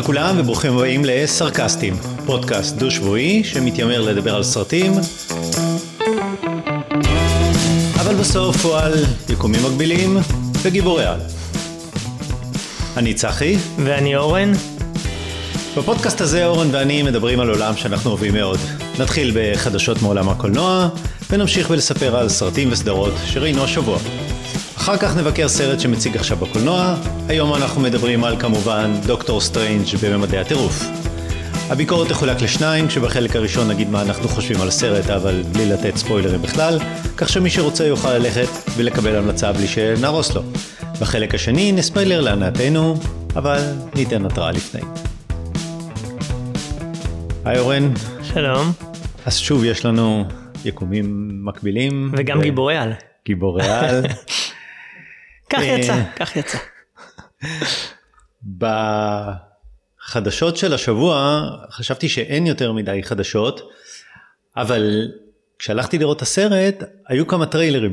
לכולם וברוכים הבאים לסרקסטים, פודקאסט דו-שבועי שמתיימר לדבר על סרטים, אבל בסוף הוא על יקומים מקבילים וגיבורי על. אני צחי. ואני אורן. בפודקאסט הזה אורן ואני מדברים על עולם שאנחנו אוהבים מאוד. נתחיל בחדשות מעולם הקולנוע, ונמשיך ולספר על סרטים וסדרות שראינו השבוע. אחר כך נבקר סרט שמציג עכשיו בקולנוע. היום אנחנו מדברים על כמובן דוקטור סטרנג' בממדי הטירוף. הביקורת תחולק לשניים, כשבחלק הראשון נגיד מה אנחנו חושבים על הסרט, אבל בלי לתת ספוילרים בכלל, כך שמי שרוצה יוכל ללכת ולקבל המלצה בלי שנרוס לו. בחלק השני נספיילר להנאתנו, אבל ניתן התראה לפני. היי אורן. שלום. אז שוב יש לנו יקומים מקבילים. וגם גיבורי על. גיבורי על. כך יצא. בחדשות של השבוע חשבתי שאין יותר מדי חדשות, אבל כשהלכתי לראות את הסרט היו כמה טריילרים.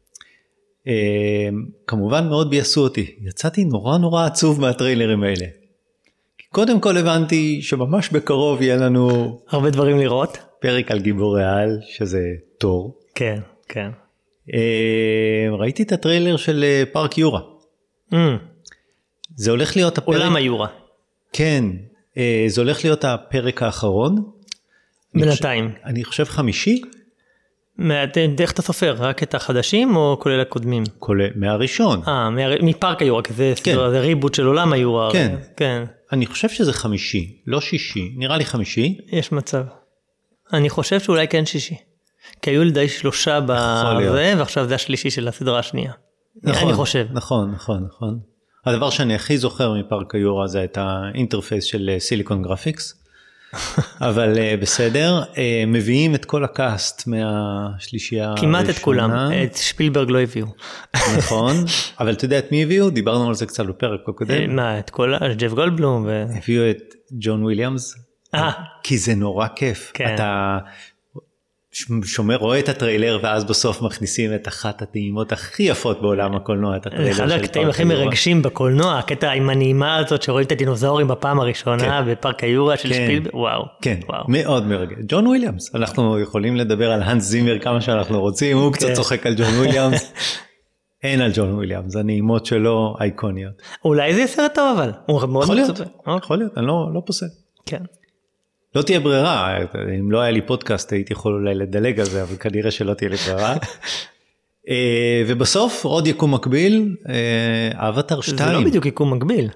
כמובן מאוד בייסו אותי, יצאתי נורא עצוב מהטריילרים האלה. קודם כל הבנתי שממש בקרוב יהיה לנו הרבה דברים לראות. פרק על גיבורי על, שזה תור. כן, כן. ראיתי את הטריילר של פארק יורה. זה הולך להיות הפרק... עולם היורה. כן, זה הולך להיות הפרק האחרון. בינתיים. אני חושב חמישי. איך אתה סופר? רק את החדשים או כולל הקודמים? כולל, מהראשון. מפארק היורה, כי זה ריבוט של עולם היורה. כן. אני חושב שזה חמישי, לא שישי. נראה לי חמישי. יש מצב. אני חושב שאולי כן שישי. כי היו לידי 3 בזה, ועכשיו זה השלישי של הסדרה השנייה. אני חושב. נכון. הדבר שאני הכי זוכר מפארק היורה זה את האינטרפייס של סיליקון גרפיקס. אבל בסדר, מביאים את כל הקאסט מהשלישייה הראשונה. כמעט את כולם, את שפילברג לא הביאו. נכון, אבל אתה יודע את מי הביאו? דיברנו על זה קצת בפרק הקודם. מה, את כל, ג'ף גולדבלום. הביאו את ג'ון וויליאמס, כי זה נורא כיף. אתה רואה את הטריילר ואז בסוף מכניסים את אחת הטעימות הכי יפות בעולם הקולנוע, את הטריילר של פארק היורה. אחד הקטעים הכי מרגשים בקולנוע, הקטע עם הנעימה הזאת שרואים את הדינוזאורים בפעם הראשונה בפארק היורה של שפילברג, וואו. כן, מאוד מרגש. ג'ון וויליאמס, אנחנו יכולים לדבר על הנס זימר כמה שאנחנו רוצים, הוא קצת צוחק על ג'ון וויליאמס. אין על ג'ון וויליאמס, הנעימות שלו אייקוניות. אולי זה יהיה סרט טוב אבל. יכול להיות, אני לא פוסל. כן. לא תהיה ברירה, אם לא היה לי פודקאסט הייתי יכול אולי לדלג על זה, אבל כנראה שלא תהיה לי ברירה. ובסוף עוד יקום מקביל, אבטר 2. זה לא בדיוק יקום מקביל.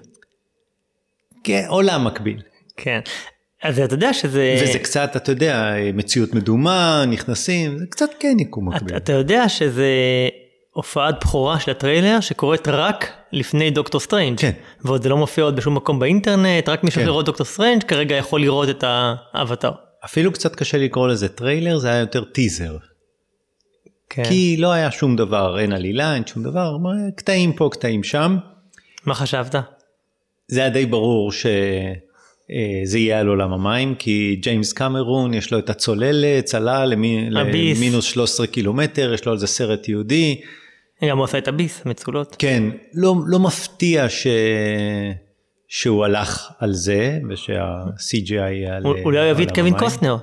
כן, עולם מקביל. כן, אז אתה יודע שזה... וזה קצת, אתה יודע, מציאות מדומה, נכנסים, זה קצת כן יקום מקביל. אתה יודע שזה הופעת בכורה של הטריילר שקורית רק לפני דוקטור סטרנג'. כן. ועוד זה לא מופיע עוד בשום מקום באינטרנט, רק מי שיכול לראות דוקטור סטרנג' כרגע יכול לראות את האבטר. אפילו קצת קשה לקרוא לזה טריילר, זה היה יותר טיזר. כן. כי לא היה שום דבר, אין עלילה, אין שום דבר, קטעים פה, קטעים שם. מה חשבת? זה היה די ברור שזה יהיה על עולם המים, כי ג'יימס קמרון יש לו את הצוללת, צלה למינוס 13 קילומטר, יש לו על זה סרט יהודי. גם הוא עושה את הביס, מצולות. כן, לא מפתיע שהוא הלך על זה, ושה-CGI יהיה על... אולי יביא את קווין קוסטנר.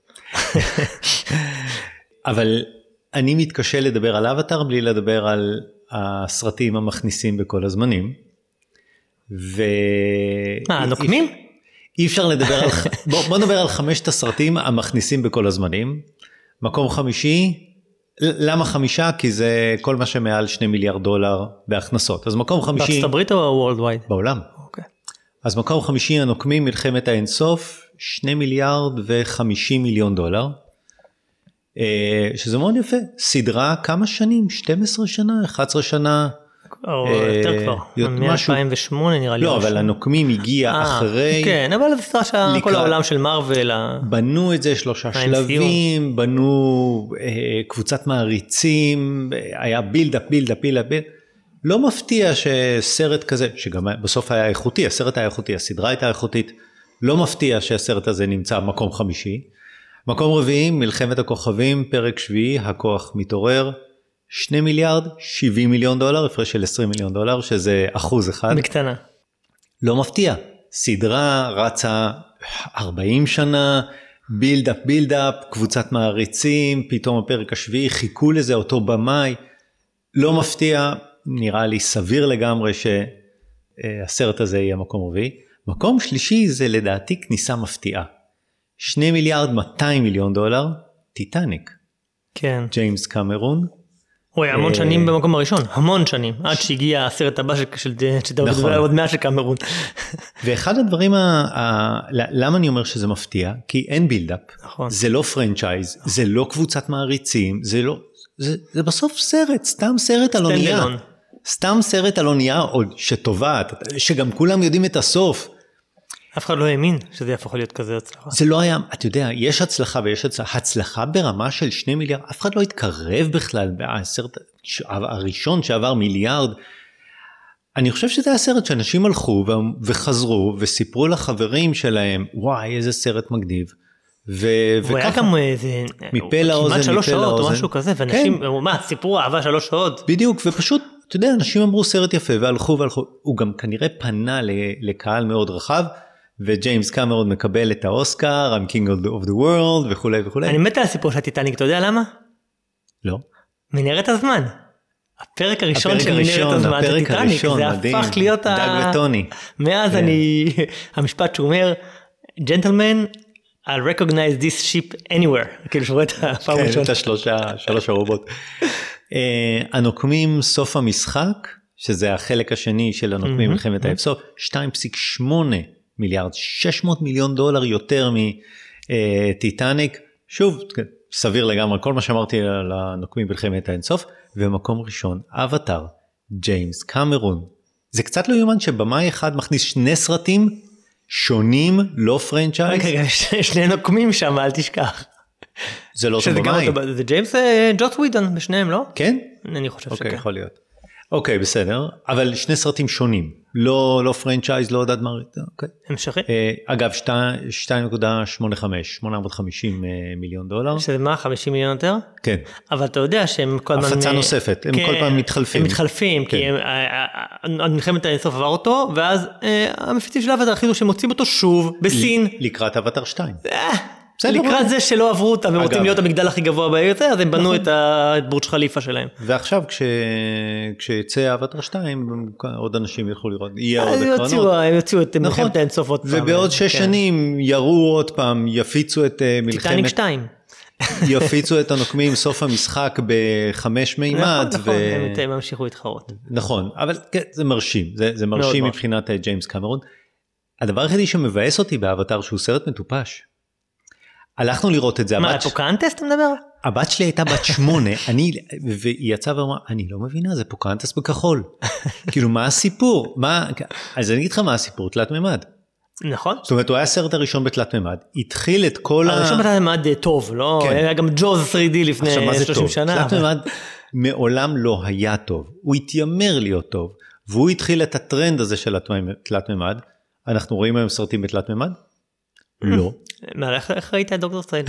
אבל אני מתקשה לדבר על אבטר, בלי לדבר על הסרטים המכניסים בכל הזמנים. נוקמים? אי אפשר לדבר על... בוא נדבר על 5 הסרטים המכניסים בכל הזמנים. מקום חמישי... למה 5? כי זה כל מה שמעל $2 מיליארד בהכנסות. אז מקום חמישי... בארצות הברית או וורלד ווייד? בעולם. אוקיי. אז מקום חמישי הנוקמים מלחמת האינסוף, $2 מיליארד ו$50 מיליון. שזה מאוד יפה. סדרה כמה שנים? 12 שנה? 11 שנה? או יותר כבר. מ-2008 נראה לי. לא, אבל הנוקמים הגיע אחרי... כן, אבל זה סדרה כל העולם של מרוול. בנו את זה 3 שלבים, בנו קבוצת מעריצים, היה בילדאפ. לא מפתיע שסרט כזה, שגם בסוף היה איכותי, הסרט היה איכותי, הסדרה הייתה איכותית, לא מפתיע שהסרט הזה נמצא במקום חמישי. מקום רביעי, מלחמת הכוכבים, פרק שביעי, הכוח מתעורר, $2 מיליארד, $70 מיליון, הפרש של $20 מיליון, שזה 1%. בקטנה. לא מפתיע, סדרה רצה 40 שנה, בילדאפ, קבוצת מעריצים, פתאום הפרק השביעי, חיכו לזה אותו במאי, לא מפתיע, נראה לי סביר לגמרי שהסרט הזה יהיה מקום רביעי. מקום שלישי זה לדעתי כניסה מפתיעה. 2 מיליארד 200 מיליון דולר, טיטניק. כן. ג'יימס קמרון. הוא היה המון שנים במקום הראשון, המון שנים, עד שהגיע הסרט הבא שתדבר עוד 100 של קמרון. ואחד הדברים, למה אני אומר שזה מפתיע? כי אין בילדאפ, זה לא פרנצ'ייז, זה לא קבוצת מעריצים, זה בסוף סרט, סתם סרט על אונייה. סתם סרט על אונייה, שטובעת, שגם כולם יודעים את הסוף. אף אחד לא האמין שזה יהפוך להיות כזה הצלחה. זה לא היה, אתה יודע, יש הצלחה ויש הצלחה ברמה של 2 מיליארד, אף אחד לא התקרב בכלל, הסרט הראשון שעבר מיליארד, אני חושב שזה היה סרט שאנשים הלכו וחזרו וסיפרו לחברים שלהם, וואי איזה סרט מגניב, הוא היה גם מפה לאוזן, כמעט 3 שעות או משהו כזה, ואנשים, מה, סיפרו אהבה 3 שעות. בדיוק, ופשוט, אתה יודע, אנשים אמרו סרט יפה והלכו, הוא גם כנראה פנה לקהל מאוד רחב, וג'יימס קמרון מקבל את האוסקר, I'm King of the World וכו' וכו'. אני מת על הסיפור של הטיטניק, אתה יודע למה? לא. מנהרת הזמן. הפרק הראשון של מנהרת הזמן זה טיטניק, זה הפך להיות דג וטוני. מאז המשפט שהוא אומר, Gentlemen, I'll recognize this ship anywhere. כאילו שרואה את הפעם הראשון. כן, את שלוש ערובות. הנוקמים סוף המשחק, שזה החלק השני של הנוקמים מלחמת האפסוף, 2.8 מיליארד, 600 מיליון דולר יותר מטיטניק, שוב, סביר לגמרי, כל מה שאמרתי על הנוקמים מלחמת האינסוף, ומקום ראשון, אבטר, ג'יימס קמרון, זה קצת לא יומן שבמאי אחד מכניס 2 סרטים שונים, לא פרנצ'ייז. רגע, שני נוקמים שם, אל תשכח. זה לא אותו במאי. זה ג'יימס ג'וס ווידון בשניהם, לא? כן? אני חושב שכן. אוקיי, יכול להיות. אוקיי, בסדר, אבל 2 סרטים שונים, לא פרנצ'ייז, לא יודעת מה, אוקיי. המשכי? אגב, 2.85, 850 מיליון דולר. שזה מה, 50 מיליון יותר? כן. אבל אתה יודע שהם כל הזמן... הפצה נוספת, הם כל פעם מתחלפים. הם מתחלפים, כי מלחמת האינסוף עבר אותו, ואז המפיצים של אבטר החליטו שהם מוצאים אותו שוב, בסין. לקראת אבטר 2. לקראת זה שלא עברו אותם, הם רוצים להיות המגדל הכי גבוה בעיר, אז הם בנו את בורג' חליפה שלהם. ועכשיו כשיצא אבטר 2, עוד אנשים ילכו לראות, יהיה עוד הקרנות. הם יוציאו את מלחמת האינסוף עוד פעם. ובעוד 6 שנים יראו עוד פעם, יפיצו את מלחמת... טיטניק 2. יפיצו את הנוקמים סוף המשחק ב5 מימד. נכון, הם ממשיכו להתחרות. נכון, אבל זה מרשים, זה מרשים מבחינת ג'יימס קמרון. הדבר היחידי שמבאס אותי באבטר שהוא סרט מטופש. הלכנו לראות את זה. מה, פוקנטס אתה מדבר? הבת שלי הייתה בת 8, והיא יצאה ואמרה, אני לא מבינה, זה פוקנטס בכחול. כאילו, מה הסיפור? אז אני אגיד לך מה הסיפור, תלת ממד. נכון. זאת אומרת, הוא היה הסרט הראשון בתלת ממד, התחיל את כל הראשון בתלת ממד טוב, לא? היה גם ג'וז 3D לפני 30 שנה. תלת ממד מעולם לא היה טוב, הוא התיימר להיות טוב, והוא התחיל את הטרנד הזה של תלת ממד. אנחנו רואים היום סרטים בתלת ממד? לא. איך ראית את דוקטור סטרנג'?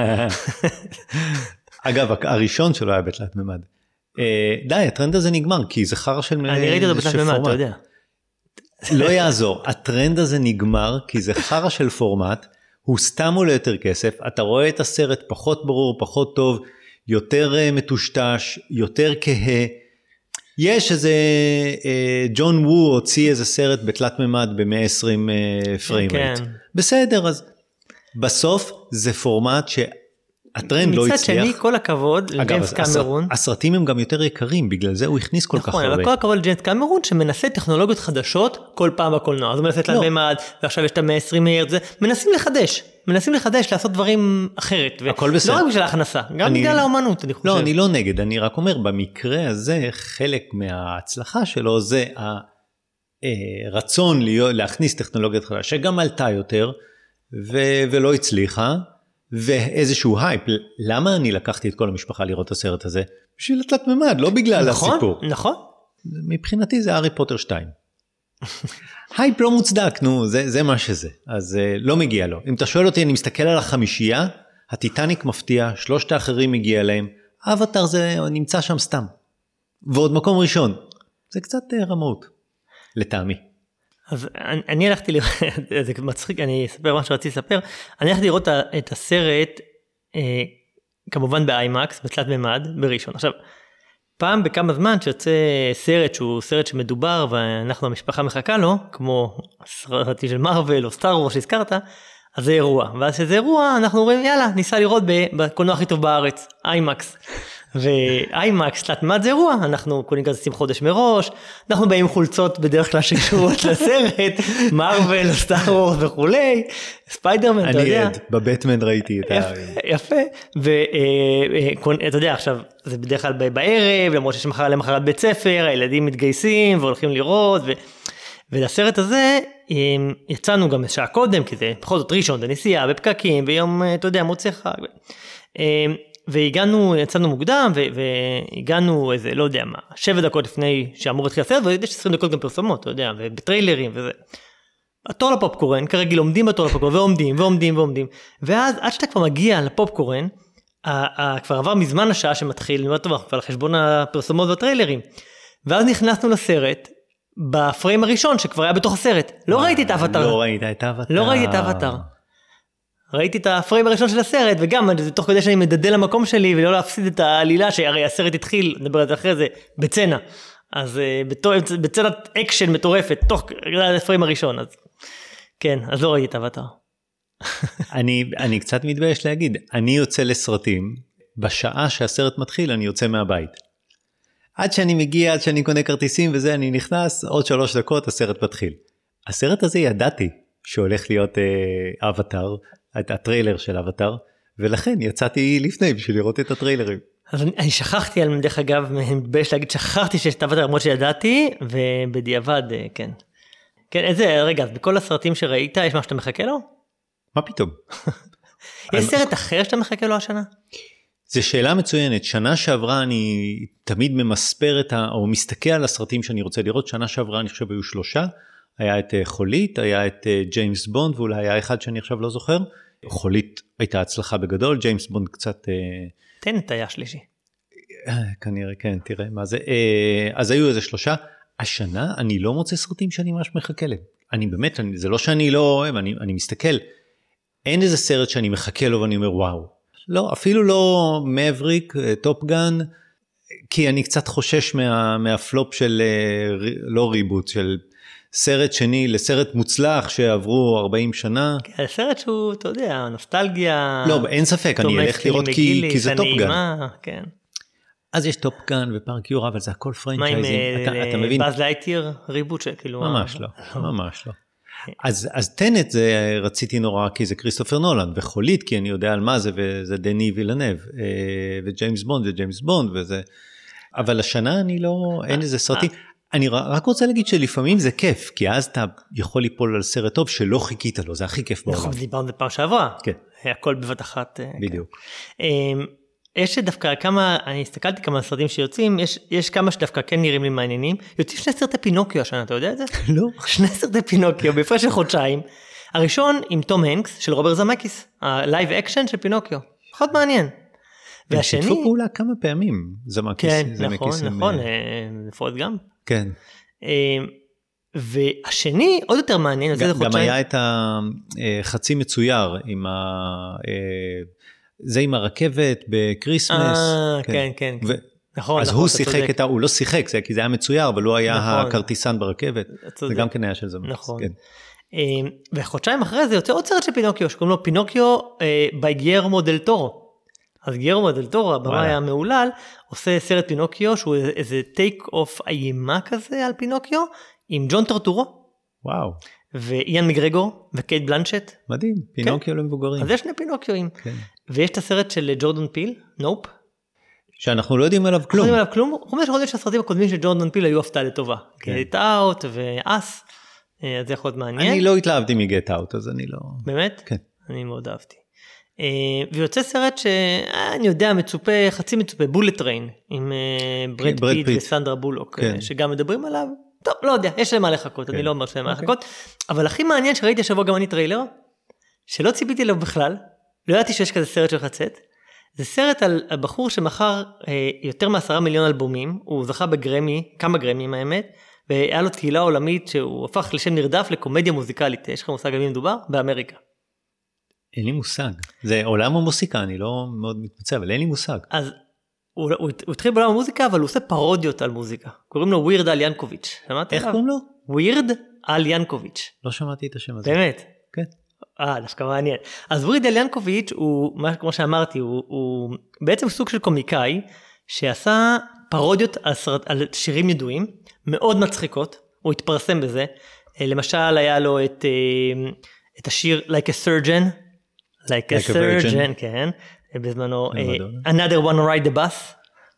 אגב, הראשון שלו היה בתלת ממד. די, הטרנד הזה נגמר, כי זה חרא של פורמט. אני ראיתי אותו בתלת ממד, אתה יודע. לא יעזור, הטרנד הזה נגמר, כי זה חרא של פורמט, הוא סתם עולה יותר כסף, אתה רואה את הסרט פחות ברור, פחות טוב, יותר מטושטש, יותר כהה. יש איזה, ג'ון וו הוציא איזה סרט בתלת ממד ב-120 פריים רייט. בסדר, אז בסוף זה פורמט שהטרנד לא הצליח. מצד שני, כל הכבוד לג'יימס קמרון. הסרטים הם גם יותר יקרים, בגלל זה הוא הכניס כל כך הרבה. נכון, אבל כל הכבוד לג'יימס קמרון שמנסה טכנולוגיות חדשות כל פעם בקולנוע. אז הוא מנסה תלת ממד, ועכשיו יש את ה-120 הרץ, מנסים לחדש, לעשות דברים אחרת. הכל בסדר. לא רק בשביל ההכנסה, גם בגלל האומנות, אני חושב. לא, אני לא נגד, אני רק אומר, במקרה הזה, חלק מההצלחה שלו זה הרצון להכניס טכנולוגיות חדשות, שגם עלתה יותר, ולא הצליחה, ואיזשהו הייפ. למה אני לקחתי את כל המשפחה לראות את הסרט הזה? בשביל התלת ממד, לא בגלל הסיפור. נכון. מבחינתי זה הארי פוטר 2. הייפ לא מוצדק, נו, זה מה שזה. אז לא מגיע לו. אם אתה שואל אותי, אני מסתכל על החמישייה, הטיטניק מפתיע, 3 האחרים מגיע להם, אבטר זה נמצא שם סתם. ועוד מקום ראשון. זה קצת רמאות, לטעמי. אז אני הלכתי לראות, זה מצחיק, אני אספר מה שרציתי לספר, אני הלכתי לראות את הסרט, כמובן באיימקס, בתלת ממד, בראשון. עכשיו, פעם בכמה זמן שיוצא סרט שהוא סרט שמדובר, ואנחנו המשפחה מחכה לו, כמו סרטי של מרוול או סטאר וורס שהזכרת, אז זה אירוע. ואז שזה אירוע, אנחנו אומרים, יאללה, ניסה לראות בקולנוע הכי טוב בארץ, איימקס. ואיימקס, תלת ממד זה אירוע, אנחנו קונים כזה שים חודש מראש, אנחנו באים חולצות בדרך כלל שקשורות לסרט, מרוול, סטאר וורס וכולי, ספיידרמן, אתה יודע. אני עד, בבטמן ראיתי את ה... יפה, ואתה יודע, עכשיו, זה בדרך כלל בערב, למרות שיש למחרת בית ספר, הילדים מתגייסים והולכים לראות, ולסרט הזה יצאנו גם שעה קודם, כי זה בכל זאת ראשון, זה נסיעה, בפקקים, ויום, אתה יודע, מוצא חג. והגענו, יצאנו מוקדם, והגענו איזה, לא יודע מה, 7 דקות לפני שאמור להתחיל הסרט, ויש 20 דקות גם פרסומות, אתה יודע, ובטריילרים וזה. התור לפופקורן, כרגיל עומדים בתור לפופקורן, ועומדים, ואז עד שאתה כבר מגיע לפופקורן, כבר עבר מזמן השעה שמתחיל, אני אומר, טוב, אנחנו כבר על חשבון הפרסומות והטריילרים, ואז נכנסנו לסרט, בפריים הראשון שכבר היה בתוך הסרט, לא ראיתי את האבטר. לא ראיתי את האבטר. ראיתי את הפריים הראשון של הסרט, וגם תוך כדי שאני מדדל למקום שלי, ולא להפסיד את העלילה, שהרי הסרט התחיל, נדבר על זה אחרי זה, בצנה. אז בצנת אקשן מטורפת, תוך הפריים הראשון, אז כן, אז לא ראיתי את האבטר. אני קצת מתבייש להגיד, אני יוצא לסרטים, בשעה שהסרט מתחיל, אני יוצא מהבית. עד שאני מגיע, עד שאני קונה כרטיסים וזה, אני נכנס, עוד 3 דקות, הסרט מתחיל. הסרט הזה ידעתי שהולך להיות אבטר, הטריילר של אבטר, ולכן יצאתי לפני בשביל לראות את הטריילרים. אז אני שכחתי, על דרך אגב, מתבייש להגיד, שכחתי שיש את אבטר למרות שידעתי, ובדיעבד, כן. כן, איזה, רגע, אז בכל הסרטים שראית, יש מה שאתה מחכה לו? מה פתאום? יש סרט אחר שאתה מחכה לו השנה? זו שאלה מצוינת. שנה שעברה אני תמיד ממספר או מסתכל על הסרטים שאני רוצה לראות. שנה שעברה אני חושב היו 3. היה את חולית, היה את ג'יימס בונד, ואולי היה אחד שאני עכשיו לא זוכר. חולית הייתה הצלחה בגדול, ג'יימס בונד קצת... טנט היה שלישי. כנראה, כן, תראה מה זה. אז היו איזה 3. השנה אני לא מוצא סרטים שאני ממש מחכה להם. אני באמת, זה לא שאני לא אוהב, אני מסתכל. אין איזה סרט שאני מחכה לו ואני אומר וואו. לא, אפילו לא מבריק, טופ גן, כי אני קצת חושש מהפלופ של, לא ריבוט, של סרט שני לסרט מוצלח שעברו 40 שנה. כן, סרט שהוא, אתה יודע, נוסטלגיה. לא, אין ספק, אני אלך לראות כי זה טופ גן. כן. אז יש טופ גן ופארק יורה, אבל זה הכל פרנצ'ייזים. אתה מבין? באז לייטיר ריבוט שכאילו... ממש לא, ממש לא. אז טנט זה רציתי נורא כי זה כריסטופר נולן, וחולית כי אני יודע על מה זה, וזה דני וילנב, וג'יימס בונד וזה, אבל השנה אני לא, אין איזה סרטים, אני רק רוצה להגיד שלפעמים זה כיף, כי אז אתה יכול ליפול על סרט טוב שלא חיכית לו, זה הכי כיף בעולם. נכון, דיברנו בפעם שעברה, כן. הכל בבת אחת. בדיוק. יש דווקא כמה, אני הסתכלתי כמה סרטים שיוצאים, יש כמה שדווקא כן נראים לי מעניינים, יוצאים 2 סרטי פינוקיו השנה, אתה יודע את זה? לא. 2 סרטי פינוקיו, בהפרש של חודשיים, הראשון עם תום הנקס של רוברט זמקיס, הלייב אקשן של פינוקיו, מאוד מעניין. והשני... שיתפו פעולה כמה פעמים, זמקיס. כן, נכון, פורסט גאמפ. כן. והשני עוד יותר מעניין, גם היה את החצי מצויר עם זה עם הרכבת בקריסמס. כן. נכון. אז הוא שיחק הוא לא שיחק, כי זה היה מצויר, אבל הוא היה הכרטיסן ברכבת. זה גם כן היה של זה. נכון. וחודשיים אחרי זה יוצא עוד סרט של פינוקיו, שקוראים לו פינוקיו by גיירמו דל טורו. אז גיירמו דל טורו, הבמאי המהולל, עושה סרט פינוקיו, שהוא איזה טייק אוף איימה כזה על פינוקיו, עם ג'ון טרטורו. וואו. ואיאן מגרגור וקייט בלנצ'ט. מדהים, פינוקיו למבוגרים. אז יש 2 פינוקיואים. ויש את הסרט של ג'ורדן פיל, נופ. שאנחנו לא יודעים עליו כלום. לא יודעים עליו כלום. חושב שהסרטים הקודמים של ג'ורדן פיל היו הפתעה לטובה. גט אאוט ואס. אז זה יכול להיות מעניין. אני לא התלהבתי מגט אאוט, אז אני לא... באמת? כן. אני מאוד אהבתי. ויוצא סרט שאני יודע, מצופה, חצי מצופה, בולט טריין, עם ברד פיט וסנדרה בולוק, שגם מדברים עליו. טוב, לא יודע, יש להם מה לחכות, אני לא אומר שלהם מה לחכות. אבל הכי מעניין שראיתי השבוע גם אני טריילר, שלא ציפיתי לו בכלל, לא ידעתי שיש כזה סרט של חצת, זה סרט על הבחור שמכר יותר מ10 מיליון אלבומים, הוא זכה בגרמי, כמה גרמים האמת, והיה לו תהילה עולמית שהוא הפך לשם נרדף לקומדיה מוזיקלית. יש לך מושג על מי מדובר? באמריקה. אין לי מושג. זה עולם המוסיקה, אני לא מאוד מתמצא, אבל אין לי מושג. אז הוא התחיל בעולם המוזיקה, אבל הוא עושה פרודיות על מוזיקה. קוראים לו ווירד אל ינקוביץ'. שמעת עליו? איך קוראים לו? ווירד אל ינקוביץ'. לא שמעתי את השם הזה. באמת? כן. דווקא מעניין. אז ווירד אל ינקוביץ' הוא, כמו שאמרתי, הוא בעצם סוג של קומיקאי, שעשה פרודיות על שירים ידועים, מאוד מצחיקות, הוא התפרסם בזה. למשל היה לו את השיר Like a Surgeon, Like a Surgeon, כן, בזמנו, Another One Ride the Bus,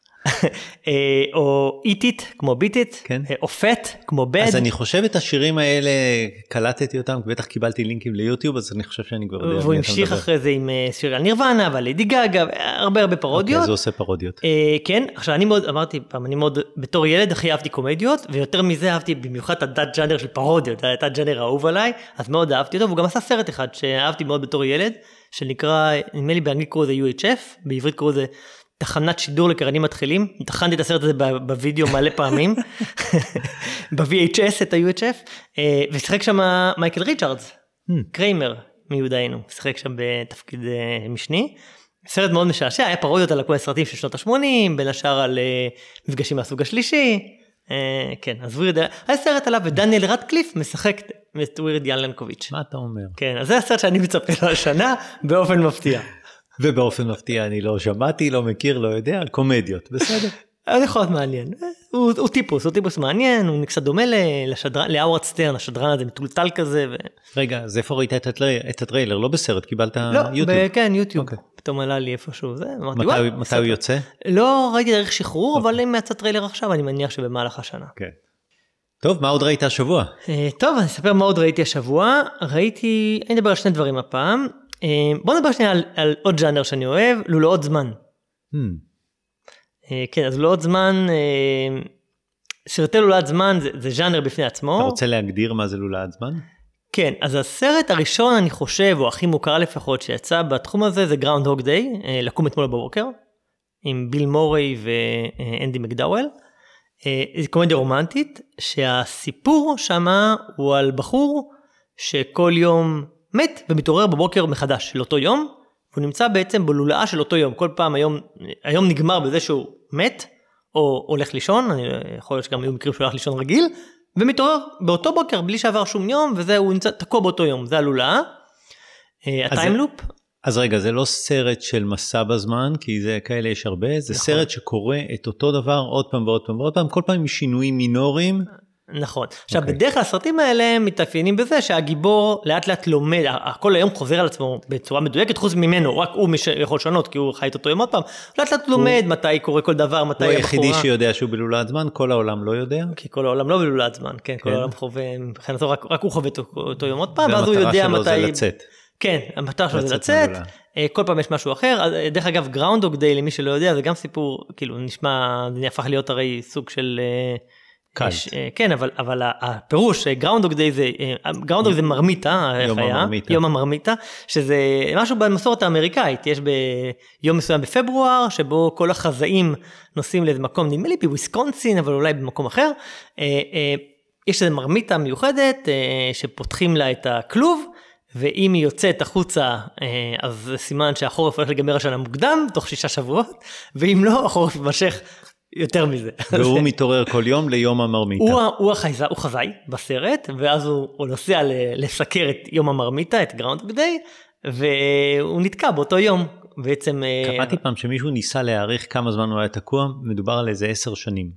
או Eat It, כמו Beat It, או Fat, כמו Bad. אז אני חושב את השירים האלה, קלטתי אותם, בטח קיבלתי לינקים ליוטיוב, אז אני חושב שאני כבר יודע. והוא המשיך אחרי זה עם שיר על נירוונה, ועל לידי גגה, הרבה פרודיות. אוקיי, זה עושה פרודיות. כן, עכשיו אני מאוד, אמרתי פעם, אני מאוד, בתור ילד הכי אהבתי קומדיות, ויותר מזה אהבתי במיוחד את הדאט ג'אנר של פרודיות, את הדאט ג'אנר האהוב עליי, אז מאוד אהבתי אותו, והוא גם עשה סרט אחד שאהבתי מאוד בתור ילד, שנקרא, נדמה לי באנגלית קוראים לזה UHF, בעברית קוראים לזה תחנת שידור לקריינים מתחילים, תחנתי את הסרט הזה בווידאו מלא פעמים, ב-VHS את ה-UHF, ושחק שם מייקל ריצ'רדס, קריימר מיודענו, שחק שם בתפקיד משני, סרט מאוד משעשע, היה פרודיות על כל הסרטים של שנות ה-80, בין השאר על מפגשים מהסוג השלישי, כן, אז היה סרט עליו, ודניאל רדקליף משחק את ווירד אל ינקוביץ'. מה אתה אומר? כן, אז זה הסרט שאני מצפה לו השנה, באופן מפתיע. ובאופן מפתיע אני לא שמעתי, לא מכיר, לא יודע, קומדיות, בסדר. זה יכול להיות מעניין. הוא טיפוס מעניין, הוא קצת דומה לאוורד סטרן, השדרן הזה מטולטל כזה. רגע, אז איפה ראית את הטריילר? לא בסרט, קיבלת יוטיוב? לא, כן, יוטיוב. פתאום עלה לי איפשהו זה. מתי הוא יוצא? לא ראיתי דרך שחרור, אבל אם יצא טריילר עכשיו, אני מניח שבמהלך השנה. טוב, מה עוד ראית השבוע? טוב, אני אספר מה עוד ראיתי השבוע. אני אדבר על שני דברים הפעם. בוא נדבר שנייה על עוד ז'אנר שאני אוהב, לולאות זמן. כן, אז לולאות זמן, סרטי לולאת זמן זה ז'אנר בפני עצמו. אתה רוצה להגדיר מה זה לולאת זמן? כן, אז הסרט הראשון אני חושב, או הכי מוכר לפחות שיצא בתחום הזה, זה Groundhog Day, לקום אתמול בבוקר, עם ביל מורי ואנדי מקדאוול. זו קומדיה רומנטית, שהסיפור שמה הוא על בחור שכל יום מת ומתעורר בבוקר מחדש של אותו יום, והוא נמצא בעצם בלולאה של אותו יום. כל פעם היום נגמר בזה שהוא מת, או הולך לישון, אני יכול להיות שגם היו מקרים שהוא הולך לישון רגיל, ומתעורר באותו בוקר בלי שעבר שום יום, וזה הוא נמצא תקוע באותו יום, זה הלולאה. הטיימלופ. אז רגע, זה לא סרט של מסע בזמן, כי זה כאלה יש הרבה, זה סרט שקורא את אותו דבר עוד פעם ועוד פעם ועוד פעם, כל פעם עם שינויים מינוריים. נכון. עכשיו, בדרך כלל הסרטים האלה מתאפיינים בזה שהגיבור לאט לאט לומד, כל היום חוזר על עצמו בצורה מדויקת, חוץ ממנו, רק הוא יכול לשנות, כי הוא חי את אותו יום עוד פעם, לאט לאט לומד מתי קורה כל דבר, מתי הבחורה. הוא היחידי שיודע שהוא בלולאת זמן, כל העולם לא יודע. כי כל העולם לא בלולאת זמן, כן, כל העולם חווה, מבחינתו רק הוא חווה אותו יום עוד פעם, ואז הוא יודע מתי. והמטרה שלו זה לצאת. כן, המטרה שלו זה לצאת, כל פעם יש משהו אחר. דרך אגב, Groundhog Day, למי שלא יודע, זה גם סיפור, כאילו נשמע, זה הפך להיות הרי סוג של כן, אבל הפירוש, Groundhog Day זה מרמיתה, יום המרמיתה, שזה משהו במסורת האמריקאית, יש ביום מסוים בפברואר, שבו כל החזאים נוסעים לאיזה מקום, נדמה לי בוויסקונסין, אבל אולי במקום אחר, יש איזו מרמיתה מיוחדת, שפותחים לה את הכלוב, ואם היא יוצאת החוצה, אז זה סימן שהחורף הולך לגמר השנה מוקדם, תוך 6 שבועות, ואם לא, החורף יימשך יותר מזה. והוא מתעורר כל יום ליום המרמיתה. הוא חזאי בסרט, ואז הוא נוסע לסקר את יום המרמיתה, את Groundhog Day, והוא נתקע באותו יום. בעצם קראתי פעם שמישהו ניסה להעריך כמה זמן הוא היה תקוע, מדובר על איזה 10 שנים.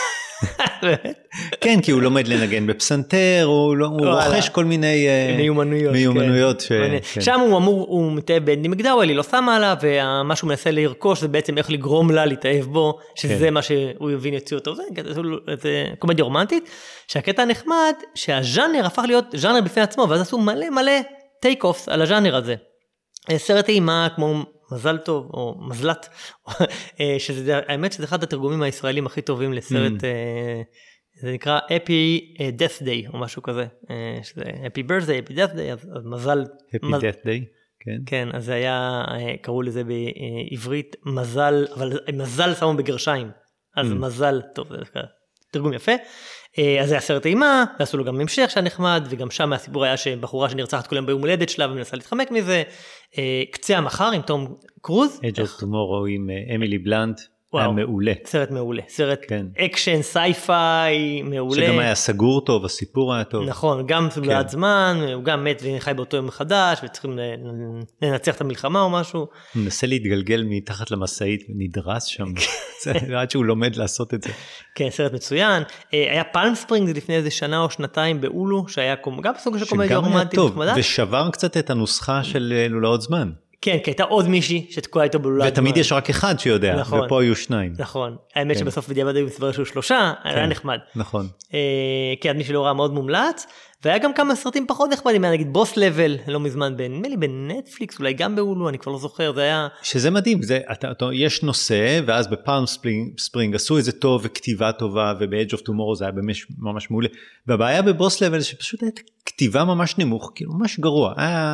כן, כי הוא לומד לנגן בפסנתר, הוא רוכש כל מיני מיומנויות. שם הוא מתאהב באנדי מקדאוול, היא לא שמה עליו, ומה שהוא מנסה לרכוש זה בעצם איך לגרום לה להתאהב בו, שזה מה שהוא יבין יוציא אותו. זה קומדיה רומנטית, שהקטע הנחמד, שהז'אנר הפך להיות ז'אנר בפני עצמו, ואז עשו מלא טייק אופס על הז'אנר הזה. סרט אימה כמו מזל טוב, או מזלת, האמת שזה אחד התרגומים הישראלים הכי טובים לסרט, זה נקרא Happy Death Day, או משהו כזה, שזה Happy Birthday, Happy Death Day, אז מזל. Happy Death Day, כן. כן, אז זה היה, קראו לזה בעברית מזל, אבל מזל שמו בגרשיים, אז מזל טוב, זה דווקא תרגום יפה. אז זה היה סרט אימה, ועשו לו גם המשך שהיה נחמד, וגם שם הסיפור היה שבחורה שנרצחת כולם ביום הולדת שלה, ומנסה להתחמק מזה. קצה המחר עם תום קרוז. Edge of Tomorrow עם אמילי בלנט. היה מעולה. סרט מעולה, סרט אקשן, סייפיי, מעולה. שגם היה סגור טוב, הסיפור היה טוב. נכון, גם סוגלת זמן, הוא גם מת וחי באותו יום מחדש, וצריכים לנצח את המלחמה או משהו. הוא מנסה להתגלגל מתחת למסעית, ונדרס שם, עד שהוא לומד לעשות את זה. כן, סרט מצוין. היה פלם ספרינג לפני איזה שנה או שנתיים באולו, שהיה גם סוג של קומדיה רומנטית נחמדה. ושבר קצת את הנוסחה של לולאות זמן. כן, כי הייתה עוד מישהי שתקועה איתו בלולד. ותמיד יש רק אחד שיודע, ופה היו שניים. נכון, האמת שבסוף בדיעבד היו מסבר שהוא 3, היה נחמד. נכון. כן, מי שלא ראה מאוד מומלץ, והיה גם כמה סרטים פחות נחמדים, נגיד בוס לבל, לא מזמן בנטפליקס, אולי גם באולו, אני כבר לא זוכר, זה היה... שזה מדהים, יש נושא, ואז בפלם ספרינג עשו איזה טוב וכתיבה טובה, וב-Edge of Tomorrow זה היה ממש מעולה. והבעיה בבוס לבל שפשוט הייתה כתיבה ממש נמוך, כאילו ממש גרוע,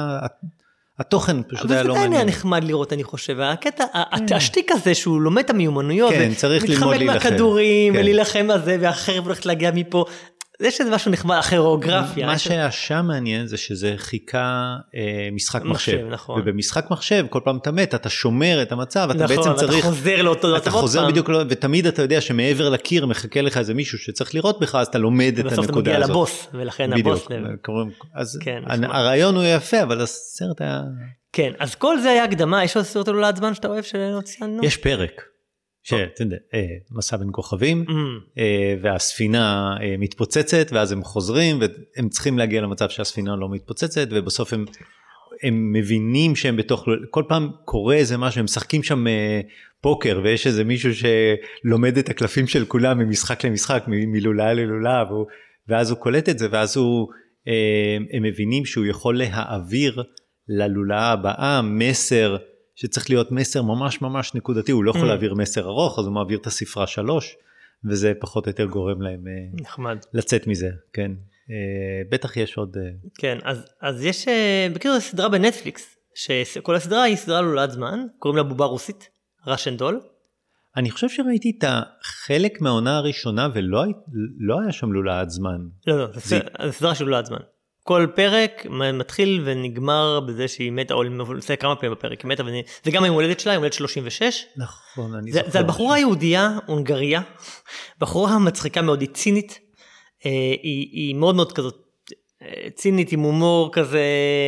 התוכן פשוט היה לא מעניין. אבל זה היה נחמד לראות, אני חושב, הקטע, השתיק הזה שהוא לומד את המיומנויות, כן, צריך ללמוד להילחם. מתחמק מהכדורים, ולהילחם על זה, והחרב הולכת להגיע מפה, יש איזה משהו נחמד, הכירוגרפיה. מה שהיה שם מעניין זה שזה חיכה משחק מחשב, ובמשחק מחשב כל פעם אתה מת, אתה שומר את המצב, אתה בעצם צריך... אתה חוזר לאותו... אתה חוזר בדיוק, ותמיד אתה יודע שמעבר לקיר מחכה לך איזה מישהו שצריך לראות בך, אז אתה לומד את הנקודה הזאת. ובסוף אתה מגיע לבוס, ולכן הבוס... אז הרעיון הוא יפה, אבל הסרט היה... כן, אז כל זה היה הקדמה, יש עוד סרט לולד זמן שאתה אוהב שלא ציינו? יש פרק. מסע בין כוכבים, והספינה מתפוצצת, ואז הם חוזרים, והם צריכים להגיע למצב שהספינה לא מתפוצצת, ובסוף הם מבינים שהם בתוך, כל פעם קורה איזה משהו, הם משחקים שם פוקר, ויש איזה מישהו שלומד את הקלפים של כולם, ממשחק למשחק, מלולה ללולה, ואז הוא קולט את זה, ואז הם מבינים שהוא יכול להעביר ללולה הבאה מסר, שצריך להיות מסר ממש ממש נקודתי, הוא לא יכול להעביר מסר ארוך, אז הוא מעביר את הספרה 3, וזה פחות או יותר גורם להם לצאת מזה, כן. בטח יש עוד... כן, אז יש, בקיצור, סדרה בנטפליקס, שכל הסדרה היא סדרה לולד זמן, קוראים לה בובה רוסית, ראשן דול. אני חושב שראיתי את החלק מהעונה הראשונה, ולא היה שם לולד זמן. לא, זה סדרה של לולד זמן. כל פרק מתחיל ונגמר בזה שהיא מתה, או זה כמה פעמים בפרק, היא מתה, זה גם היום הולדת שלה, היא הולדת 36. נכון, אני זוכר. זה על בחורה יהודייה, הונגריה, בחורה מצחיקה מאוד, היא צינית, היא מאוד מאוד כזאת, צינית עם הומור כזה,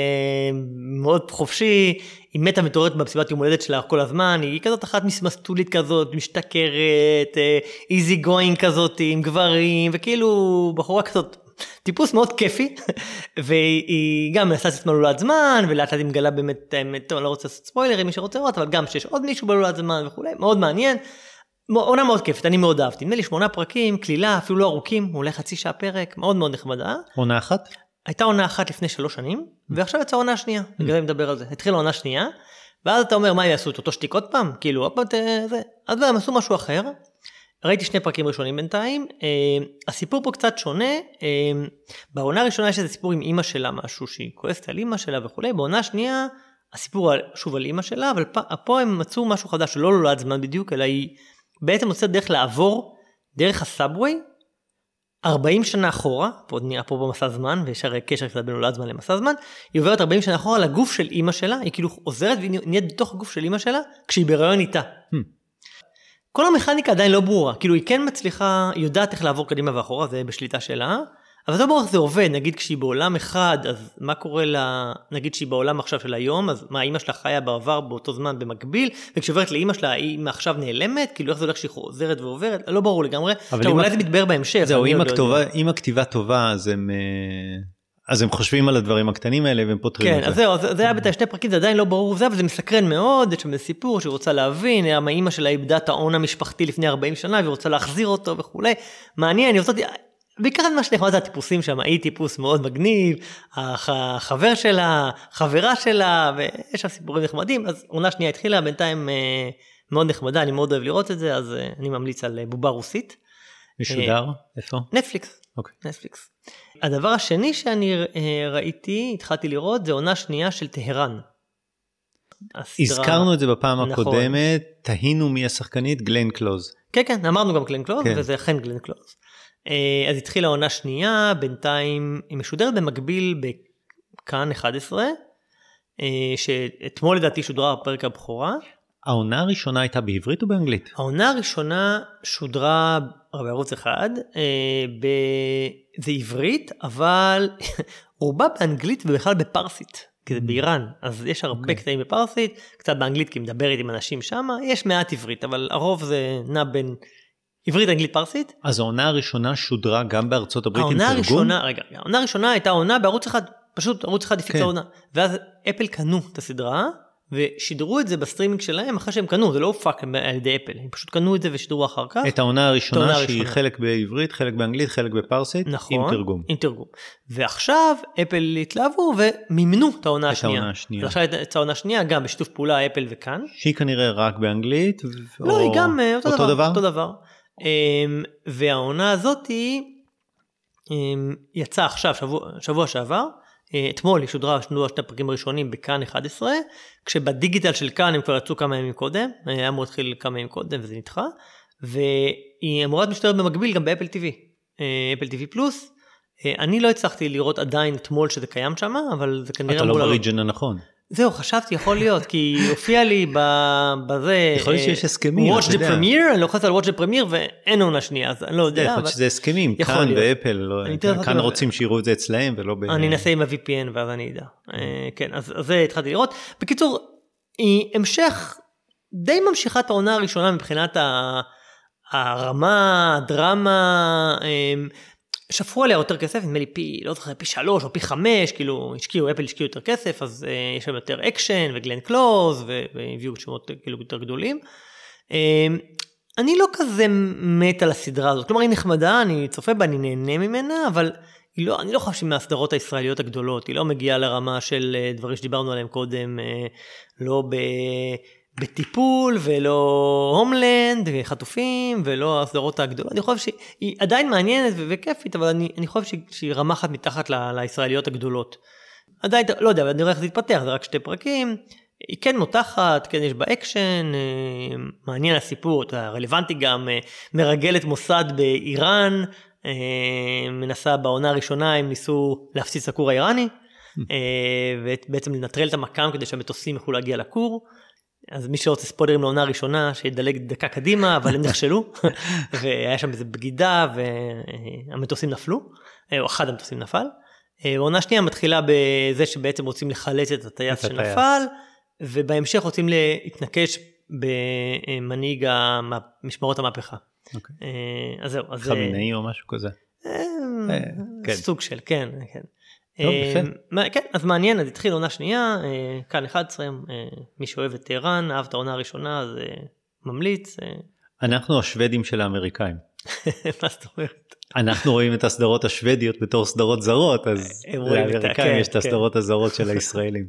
מאוד חופשי, היא מתה מתעוררת במסיבת יום הולדת שלה כל הזמן, היא כזאת אחת מסמסטולית כזאת, משתכרת, איזי גוינג כזאת, עם גברים, וכאילו בחורה כזאת, טיפוס מאוד כיפי, והיא גם מנסה לעשות לולד זמן, ולאט לאט היא מגלה באמת, אני לא רוצה לעשות ספוילרים, מי שרוצה לראות, אבל גם שיש עוד מישהו בלולד זמן וכו', מאוד מעניין, עונה מאוד כיפית, אני מאוד אהבתי, נדמה לי 8 פרקים, כלילה, אפילו לא ארוכים, הוא הולך חצי שעה פרק, מאוד מאוד נחמדה. עונה אחת? הייתה עונה אחת לפני 3 שנים, ועכשיו יצאה עונה שנייה, בגלל מדבר על זה, התחילה עונה שנייה, ואז אתה אומר, מה יעשו את אותו שתיק עוד פעם? כאילו, אז הם עשו משהו אחר. ראיתי 2 פרקים ראשונים בינתיים, הסיפור פה קצת שונה, בעונה הראשונה יש איזה סיפור עם אמא שלה, משהו שהיא כועסת על אמא שלה וכו', בעונה השנייה, הסיפור שוב על אמא שלה, אבל פה הם מצאו משהו חדש, שלא לולד זמן בדיוק, אלא היא בעצם מוצאת דרך לעבור, דרך הסאבווי, 40 שנה אחורה, פה נהיה פה במסע זמן, ויש הרי קשר קצת בין לולד זמן למסע זמן, היא עוברת 40 שנה אחורה לגוף של אמא שלה, היא כאילו עוזרת והיא נהיית בתוך הגוף של אמא שלה, כשהיא בהיריון איתה. כל המכניקה עדיין לא ברורה, כאילו היא כן מצליחה, היא יודעת איך לעבור קדימה ואחורה, זה בשליטה שלה, אבל זה לא ברור איך זה עובד, נגיד כשהיא בעולם אחד, אז מה קורה לה, נגיד שהיא בעולם עכשיו של היום, אז מה, אמא שלה חיה בעבר באותו זמן במקביל, וכשעוברת לאמא שלה, היא עכשיו נעלמת, כאילו איך זה הולך שהיא חוזרת ועוברת, לא ברור לגמרי, אולי זה מתברר בהמשך. זהו, אם הכתיבה טובה, אז הם חושבים על הדברים הקטנים האלה, והם פותרים את זה. כן, אז זהו, זה היה ב2 פרקים, זה עדיין לא ברור, וזה מסקרן מאוד, יש שם סיפור שהיא רוצה להבין, אמא שלה איבדה את ההון המשפחתי לפני 40 שנה, והיא רוצה להחזיר אותו וכו'. מעניין, בעיקר מה שנחמד זה הטיפוסים שם, היא טיפוס מאוד מגניב, החבר שלה, חברה שלה, ויש שם סיפורים נחמדים, אז עונה שנייה התחילה, בינתיים מאוד נחמדה, אני מאוד אוהב לראות את זה, אז אני ממליץ על בובה רוסית. משודר? איפה? נטפליקס. נטפליקס. הדבר השני שאני ראיתי, התחלתי לראות, זה עונה שנייה של טהרן. הזכרנו את זה בפעם הקודמת, תהינו מי השחקנית, גלן קלוז. כן, אמרנו גם גלן קלוז, וזה אכן גלן קלוז. אז התחילה העונה שנייה, בינתיים היא משודרת במקביל בכאן 11, שאתמול לדעתי שודרה הפרק הבכורה. העונה הראשונה הייתה בעברית או באנגלית? העונה הראשונה שודרה בערוץ אחד, זה עברית, אבל רובה באנגלית ובכלל בפרסית, כי זה באיראן, אז יש הרבה קטעים בפרסית, קצת באנגלית כי מדברת עם אנשים שם, יש מעט עברית, אבל הרוב זה נע בין עברית, אנגלית, פרסית. אז העונה הראשונה שודרה גם בארצות הברית עם תרגום? העונה הראשונה הייתה עונה בערוץ אחד, פשוט ערוץ אחד הפיץ העונה, ואז אפל קנו את הסדרה, ושידרו את זה בסטרימינג שלהם אחרי שהם קנו, זה לא הופק על ידי אפל, הם פשוט קנו את זה ושידרו אחר כך. את העונה הראשונה שהיא חלק בעברית, חלק באנגלית, חלק בפרסית, נכון, עם תרגום. עם תרגום. ועכשיו אפל התלהבו ומימנו את העונה השנייה. ועכשיו את העונה השנייה גם בשיתוף פעולה אפל וכאן. שהיא כנראה רק באנגלית? לא, היא גם אותו דבר? אותו דבר. והעונה הזאת יצאה עכשיו, שבוע שעבר, אתמול היא שודרה שני הפרקים הראשונים בכאן 11, כשבדיגיטל של כאן הם כבר יצאו כמה ימים קודם, היה אמור להתחיל כמה ימים קודם וזה נדחה, והיא אמורה משודרת במקביל גם באפל TV, אפל TV פלוס. אני לא הצלחתי לראות עדיין אתמול שזה קיים שם, אבל זה כנראה... אתה לא בריג'ן הנכון. זהו, חשבתי, יכול להיות, כי הופיע לי בזה... יכול להיות שיש הסכמים, Watch the Premiere, אני לוחץ על Watch the Premiere ואין עונה שנייה, אז אני לא יודע. יכול להיות שזה הסכמים, כאן ואפל, כאן רוצים שיראו את זה אצלהם ולא... אני אנסה עם ה-VPN ואז אני אדע. כן, אז זה התחלתי לראות. בקיצור, היא המשך די ממשיכה את העונה הראשונה מבחינת הרמה, הדרמה, שפרו עליה יותר כסף, נדמה לי פי 3 או פי 5, כאילו אפל השקיעו יותר כסף, אז יש שם יותר אקשן וגלן קלוז, והביאו שמות כאילו יותר גדולים. אני לא כזה מת על הסדרה הזאת, כלומר היא נחמדה, אני צופה בה, אני נהנה ממנה, אבל אני לא חושב שהיא מהסדרות הישראליות הגדולות, היא לא מגיעה לרמה של דברים שדיברנו עליהם קודם, לא בטיפול ולא הומלנד וחטופים ולא הסדרות הגדולות. אני חושב שהיא עדיין מעניינת וכיפית, אבל אני חושב שהיא רמה אחת מתחת לישראליות הגדולות. עדיין, לא יודע, אבל אני רואה איך זה יתפתח, זה רק 2 פרקים. היא כן מותחת, כן יש בה אקשן, מעניין הסיפור, רלוונטי גם, מרגלת מוסד באיראן, מנסה בעונה הראשונה, הם ניסו להפציץ הכור האיראני, ובעצם לנטרל את המקם כדי שהמטוסים יוכלו להגיע לכור. אז מי שרוצה ספוילרים לעונה הראשונה, שידלג דקה קדימה, אבל הם נכשלו, והיה שם איזו בגידה, והמטוסים נפלו, או אחד המטוסים נפל. העונה השנייה מתחילה בזה שבעצם רוצים לחלץ את הטייס שנפל, ובהמשך רוצים להתנקש במנהיג משמרות המהפכה. אז זהו. חמינאי או משהו כזה. סוג של, כן. כן, אז מעניין, אז התחיל עונה שנייה, כאן 11, מי שאוהב את טהרן, אהב את העונה הראשונה, אז ממליץ. אנחנו השוודים של האמריקאים. מה זאת אומרת? אנחנו רואים את הסדרות השוודיות בתור סדרות זרות, אז לאמריקאים יש את הסדרות הזרות של הישראלים.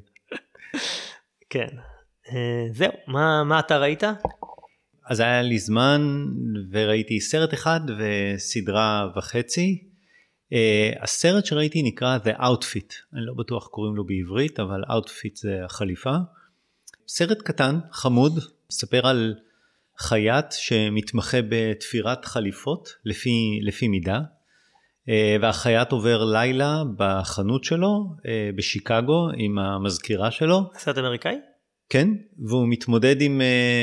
כן, זהו, מה אתה ראית? אז היה לי זמן וראיתי סרט אחד וסדרה וחצי. הסרט שראיתי נקרא The Outfit, אני לא בטוח קוראים לו בעברית, אבל Outfit זה החליפה. סרט קטן, חמוד, מספר על חייט שמתמחה בתפירת חליפות לפי מידה, והחייט עובר לילה בחנות שלו בשיקגו עם המזכירה שלו. סרט אמריקאי? כן, והוא מתמודד עם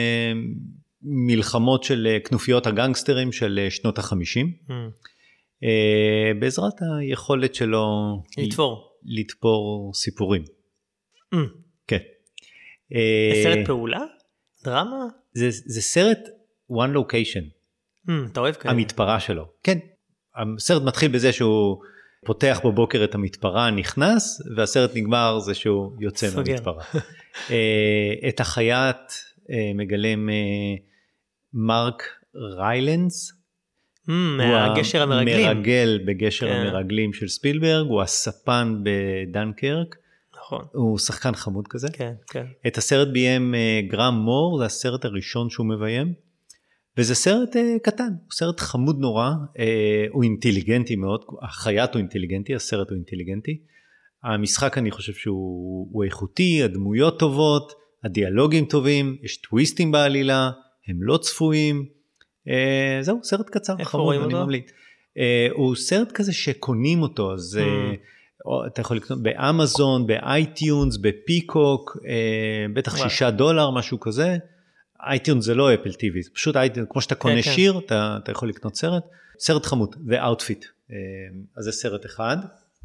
מלחמות של כנופיות הגנגסטרים של שנות ה-50. בעזרת היכולת שלו לתפור סיפורים. כן. זה סרט פעולה? דרמה? זה סרט one location. אתה אוהב כאלה? המתפרה שלו. כן. הסרט מתחיל בזה שהוא פותח בבוקר את המתפרה, נכנס, והסרט נגמר זה שהוא יוצא מהמתפרה. את החייט מגלם מרק ריילנס, מהגשר המרגלים. הוא מרגל בגשר המרגלים של ספילברג, הוא הספן בדנקרק, נכון. הוא שחקן חמוד כזה. כן, כן. את הסרט ביים גרם מור, זה הסרט הראשון שהוא מביים, וזה סרט קטן, הוא סרט חמוד נורא, הוא אינטליגנטי מאוד, החייט הוא אינטליגנטי, הסרט הוא אינטליגנטי, המשחק אני חושב שהוא איכותי, הדמויות טובות, הדיאלוגים טובים, יש טוויסטים בעלילה, הם לא צפויים, זהו, סרט קצר, חמוד, אני ממליץ. הוא סרט כזה שקונים אותו, אז אתה יכול לקנות באמזון, באייטיונס, בפיקוק, בטח $6, משהו כזה. אייטיונס זה לא אפל טיווי, זה פשוט אייטיונס, כמו שאתה קונה שיר, אתה יכול לקנות סרט חמוד, ו-outfit, אז זה סרט אחד.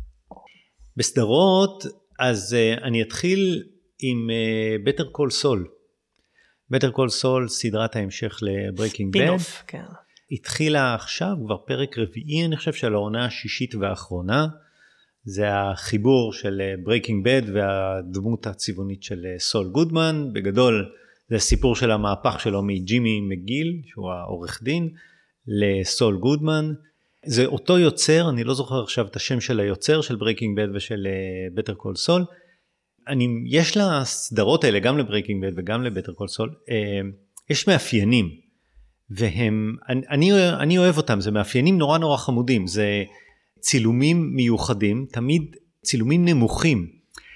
בסדרות, אז אני אתחיל עם Better Call Saul. Better Call Saul, סדרת ההמשך ל-Breaking Bad. כן. התחילה עכשיו, כבר פרק רביעי, אני חושב, של העונה השישית והאחרונה. זה החיבור של Breaking Bad והדמות הצבעונית של סול גודמן. בגדול, זה הסיפור של המהפך שלו מג'ימי מגיל, שהוא העורך דין, לסול גודמן. זה אותו יוצר, אני לא זוכר עכשיו את השם של היוצר, של Breaking Bad ושל Better Call Saul. יש לסדרות האלה, גם ל-Breaking Bad וגם ל-Better Call Saul, יש מאפיינים, והם, אני אוהב אותם, זה מאפיינים נורא נורא חמודים, זה צילומים מיוחדים, תמיד צילומים נמוכים,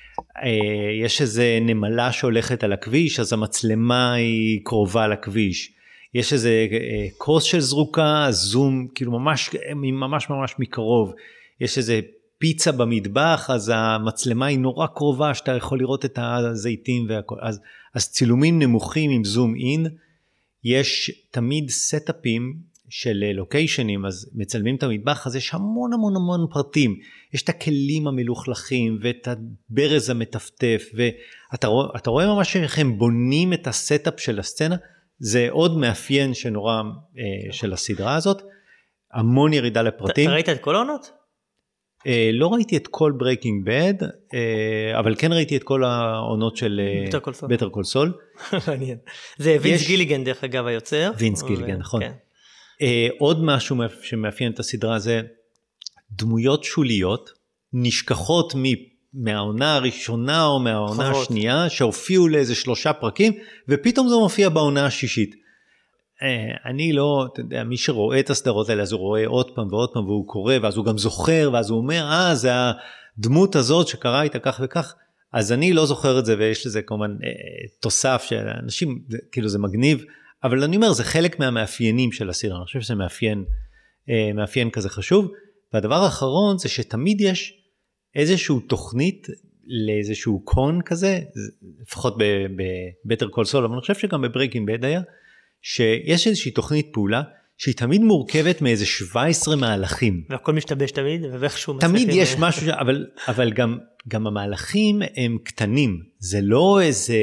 יש איזה נמלה שהולכת על הכביש, אז המצלמה היא קרובה לכביש, יש איזה כוס של זרוקה, זום, כאילו ממש מקרוב, יש איזה פיצה במטבח, אז המצלמה היא נורא קרובה, שאתה יכול לראות את הזיתים והכל, אז צילומים נמוכים עם זום אין, יש תמיד סטאפים של לוקיישנים, אז מצלמים את המטבח, אז יש המון פרטים, יש את הכלים המלוכלכים, ואת הברז המטפטף, ואתה רואה ממש איך הם בונים את הסטאפ של הסצנה, זה עוד מאפיין שנורא של הסדרה הזאת, המון ירידה לפרטים. אתה ראית את כל העונות? לא ראיתי את כל Breaking Bad, אבל כן ראיתי את כל העונות של Better Call Saul. מעניין. זה וינס גיליגן דרך אגב היוצר. וינס גיליגן, נכון. עוד משהו שמאפיין את הסדרה זה דמויות שוליות, נשכחות מהעונה הראשונה או מהעונה השנייה, שהופיעו לאיזה 3 פרקים, ופתאום זה מופיע בעונה השישית. אני לא, אתה יודע, מי שרואה את הסדרות האלה, אז הוא רואה עוד פעם ועוד פעם, והוא קורא, ואז הוא גם זוכר, ואז הוא אומר, זה הדמות הזאת שקרה איתה כך וכך, אז אני לא זוכר את זה, ויש לזה כמובן תוסף של אנשים, כאילו זה מגניב, אבל אני אומר, זה חלק מהמאפיינים של הסדרה, אני חושב שזה מאפיין כזה חשוב, והדבר האחרון זה שתמיד יש איזשהו תוכנית, לאיזשהו קון כזה, לפחות ב-Better Call Saul, אבל אני חושב שגם ב-Breaking Bad היה, שיש איזושהי תוכנית פעולה, שהיא תמיד מורכבת מאיזה 17 מהלכים. והכל משתבש תמיד, ואיכשהו תמיד יש משהו, אבל גם המהלכים הם קטנים, זה לא איזה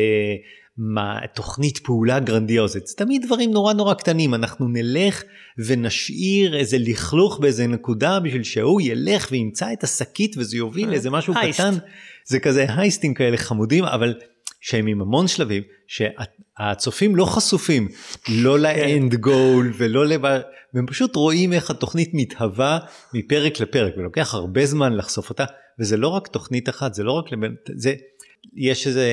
תוכנית פעולה גרנדיוזית, זה תמיד דברים נורא נורא קטנים, אנחנו נלך ונשאיר איזה לכלוך באיזה נקודה, בשביל שהוא ילך וימצא את השקית, וזה יוביל לאיזה משהו קטן, זה כזה הייסטים כאלה חמודים, אבל שהם עם המון שלבים, שהצופים לא חשופים, לא לאנד גול, והם פשוט רואים איך התוכנית מתהווה מפרק לפרק, ולוקח הרבה זמן לחשוף אותה, וזה לא רק תוכנית אחת, זה לא רק, יש איזה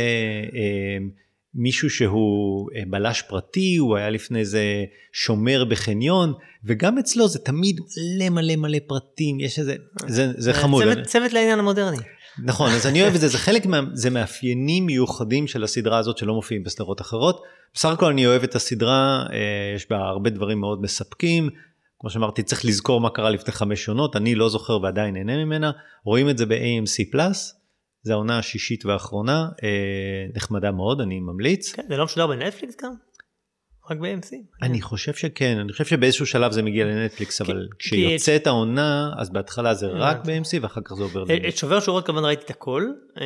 מישהו שהוא בלש פרטי, הוא היה לפני זה שומר בחניון, וגם אצלו זה תמיד מלא פרטים, יש איזה, זה חמוד. צוות לעניין המודרני. נכון, אז אני אוהב את זה, זה חלק זה מאפיינים מיוחדים של הסדרה הזאת שלא מופיעים בסדרות אחרות. בסך הכל אני אוהב את הסדרה, יש בה הרבה דברים מאוד מספקים, כמו שאמרתי, צריך לזכור מה קרה לפני 5 עונות, אני לא זוכר ועדיין נהנה ממנה, רואים את זה ב-AMC+, זה העונה השישית והאחרונה, נחמדה מאוד, אני ממליץ. כן, זה לא משודר בנטפליקס גם? רק ב-AMC? אני חושב שכן, אני חושב שבאיזשהו שלב זה מגיע לנטפליקס, אבל כשיוצאת העונה, אז בהתחלה זה רק ב-AMC, ואחר כך זה עובר לנטפליקס. את שובר שורות כמובן ראיתי את הכל,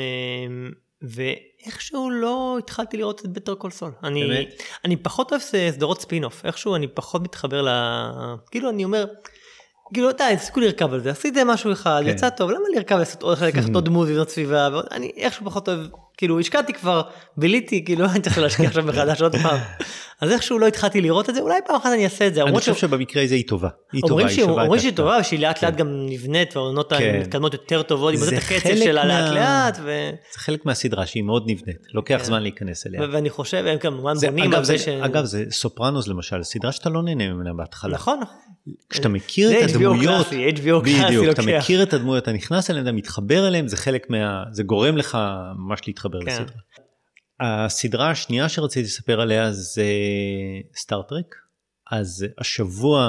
ואיכשהו לא התחלתי לראות את Better Call Saul. אני פחות אוהב סדרות ספין-אוף, איכשהו אני פחות מתחבר כאילו אני אומר, כאילו, תפסיקו לרכב על זה, עשיתי משהו אחד, יצא טוב, למה לרכב לקחת עוד דמות ולא סביבה, אני איכשהו פחות אוהב, כאילו, השקעתי כבר, ביליתי, כאילו, אני צריך להשקיע עכשיו מחדש עוד פעם, אז איכשהו לא התחלתי לראות את זה, אולי פעם אחת אני אעשה את זה. אני חושב שבמקרה זה היא טובה, אומרים שהיא טובה, ושהיא לאט לאט גם נבנית, והעונות המתקדמות יותר טובות, היא מודדת את הקצב שלה לאט לאט, זה חלק מהסדרה שהיא מאוד נבנית, לוקח זמן להיכנס אליה. ואני חושב, הם כמובן בונים על זה ש... אגב, זה סופרנוס למשל, סדרה שאתה לא נהנה ממנה בהתחלה. נכון. כשאתה מכיר את הדמויות, בדיוק, אתה מכיר את הדמויות, אתה נכנס אליהם, אתה מתחבר אליהם, זה חלק זה גורם לך ממש להתחבר לסדרה. הסדרה השנייה שרציתי לספר עליה זה סטאר טרק, אז השבוע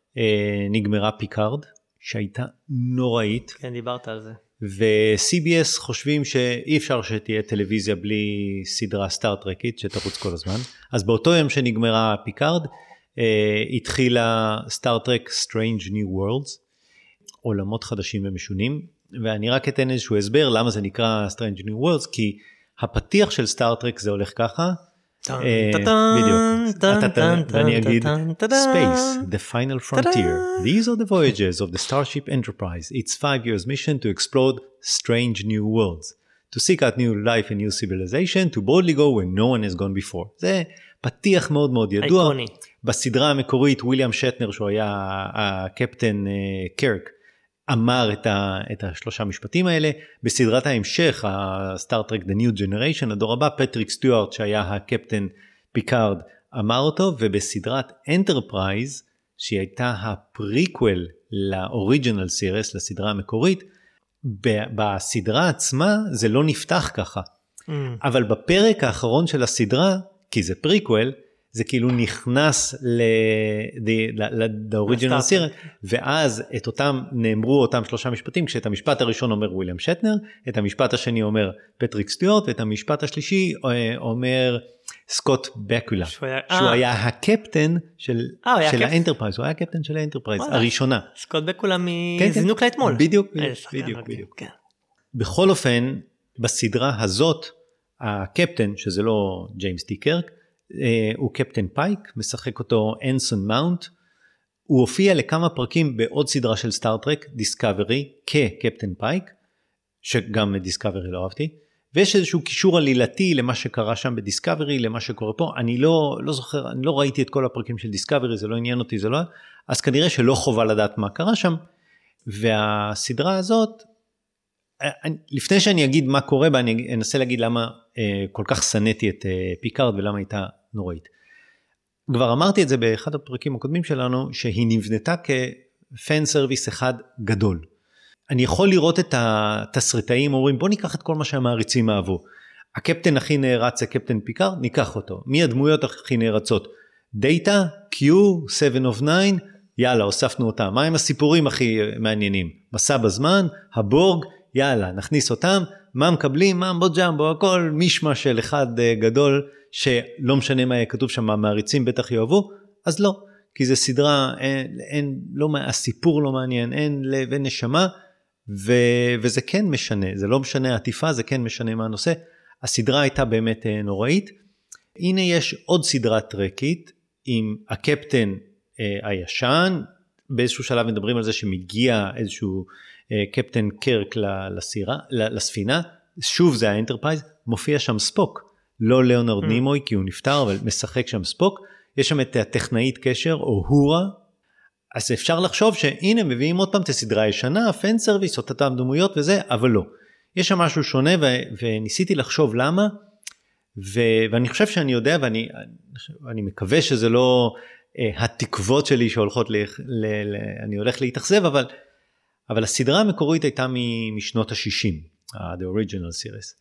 נגמרה פיקארד, שהייתה נוראית. כן, דיברת על זה. ו-CBS חושבים שאי אפשר שתהיה טלוויזיה בלי סדרה סטארטרקית שתרוץ כל הזמן. אז באותו יום שנגמרה פיקארד, התחילה סטארטרק Strange New Worlds, עולמות חדשים ומשונים, ואני רק אתן איזשהו הסבר למה זה נקרא Strange New Worlds, כי הפתיח של סטארטרק זה הולך ככה, בדיוק, ואני אגיד Space, the final frontier, these are the voyages of the Starship Enterprise, its 5 years mission to explore strange new worlds, to seek out new life and new civilization, to boldly go where no one has gone before. זה פתיח מאוד מאוד ידוע. איקוני. בסדרה המקורית, וויליאם שטנר, שהוא היה הקפטן קרק, אמר את השלושה משפטים האלה. בסדרת ההמשך, הסטארטרק The New Generation, הדור הבא, פטריק סטיוארט, שהיה הקפטן פיקארד, אמר אותו, ובסדרת אנטרפרייז, שהיא הייתה הפריקוול לאוריג'ינל סיריס, לסדרה המקורית, בסדרה עצמה זה לא נפתח ככה. אבל בפרק האחרון של הסדרה, כי זה פריקוול, זה כאילו נכנס ל-original series, ואז נאמרו אותם שלושה משפטים, כשאת המשפט הראשון אומר וויליאם שטנר, את המשפט השני אומר פטריק סטיוארט, ואת המשפט השלישי אומר סקוט בקולה, שהוא היה הקפטן של האנטרפרייז, הוא היה הקפטן של האנטרפרייז, הראשונה. סקוט בקולה מזינוק לאתמול. בדיוק. בכל אופן, בסדרה הזאת, הקפטן, שזה לא ג'יימס טי קרק, הוא קפטן פייק, משחק אותו אנסון מאונט, הוא הופיע לכמה פרקים בעוד סדרה של סטארטרק, דיסקאברי, כקפטן פייק, שגם דיסקאברי לא אהבתי, ויש איזשהו קישור עלילתי למה שקרה שם בדיסקאברי, למה שקורה פה, אני לא זוכר, אני לא ראיתי את כל הפרקים של דיסקאברי, זה לא עניין אותי, זה לא, אז כנראה שלא חובה לדעת מה קרה שם, והסדרה הזאת, לפני שאני אגיד מה קורה בה, אני אנסה להגיד למה כל כך שנאתי את פיקארד ולמה הייתה נוראית. כבר אמרתי את זה באחד הפרקים הקודמים שלנו, שהיא נבנתה כפן סרוויס אחד גדול. אני יכול לראות את התסריטאים אומרים, בוא ניקח את כל מה שהמעריצים אהבו. הקפטן הכי נערץ זה קפטן פיקארד, ניקח אותו. מי הדמויות הכי נערצות? דאטה, קיו, 7 of 9, יאללה, הוספנו אותם. מה הם הסיפורים הכי מעניינים? מסע בזמן, הבורג, יאללה, נכניס אותם, מה מקבלים, מה בוג'מבו, הכל מישמה של אחד גדול, שלא משנה מה כתוב שם, המעריצים בטח יאהבו, אז לא, כי זה סדרה, הסיפור לא מעניין, אין לב, אין נשמה, וזה כן משנה, זה לא משנה העטיפה, זה כן משנה מה הנושא, הסדרה הייתה באמת נוראית. הנה יש עוד סדרה טרקית, עם הקפטן הישן, באיזשהו שלב מדברים על זה שמגיע איזשהו קפטן קרק לספינה, שוב זה האנטרפרייז, מופיע שם ספוק, לא ליאונרד נימוי כי הוא נפטר, אבל משחק שם ספוק, יש שם את הטכנאית קשר או הורה, אז אפשר לחשוב שהנה מביאים עוד פעם את הסדרה הישנה, פן סרוויס, אותם דמויות וזה, אבל לא. יש שם משהו שונה וניסיתי לחשוב למה, ואני חושב שאני יודע, ואני מקווה שזה לא התקוות שלי שהולכות, אני הולך להתאכזב, אבל הסדרה המקורית הייתה משנות ה-60, the original series,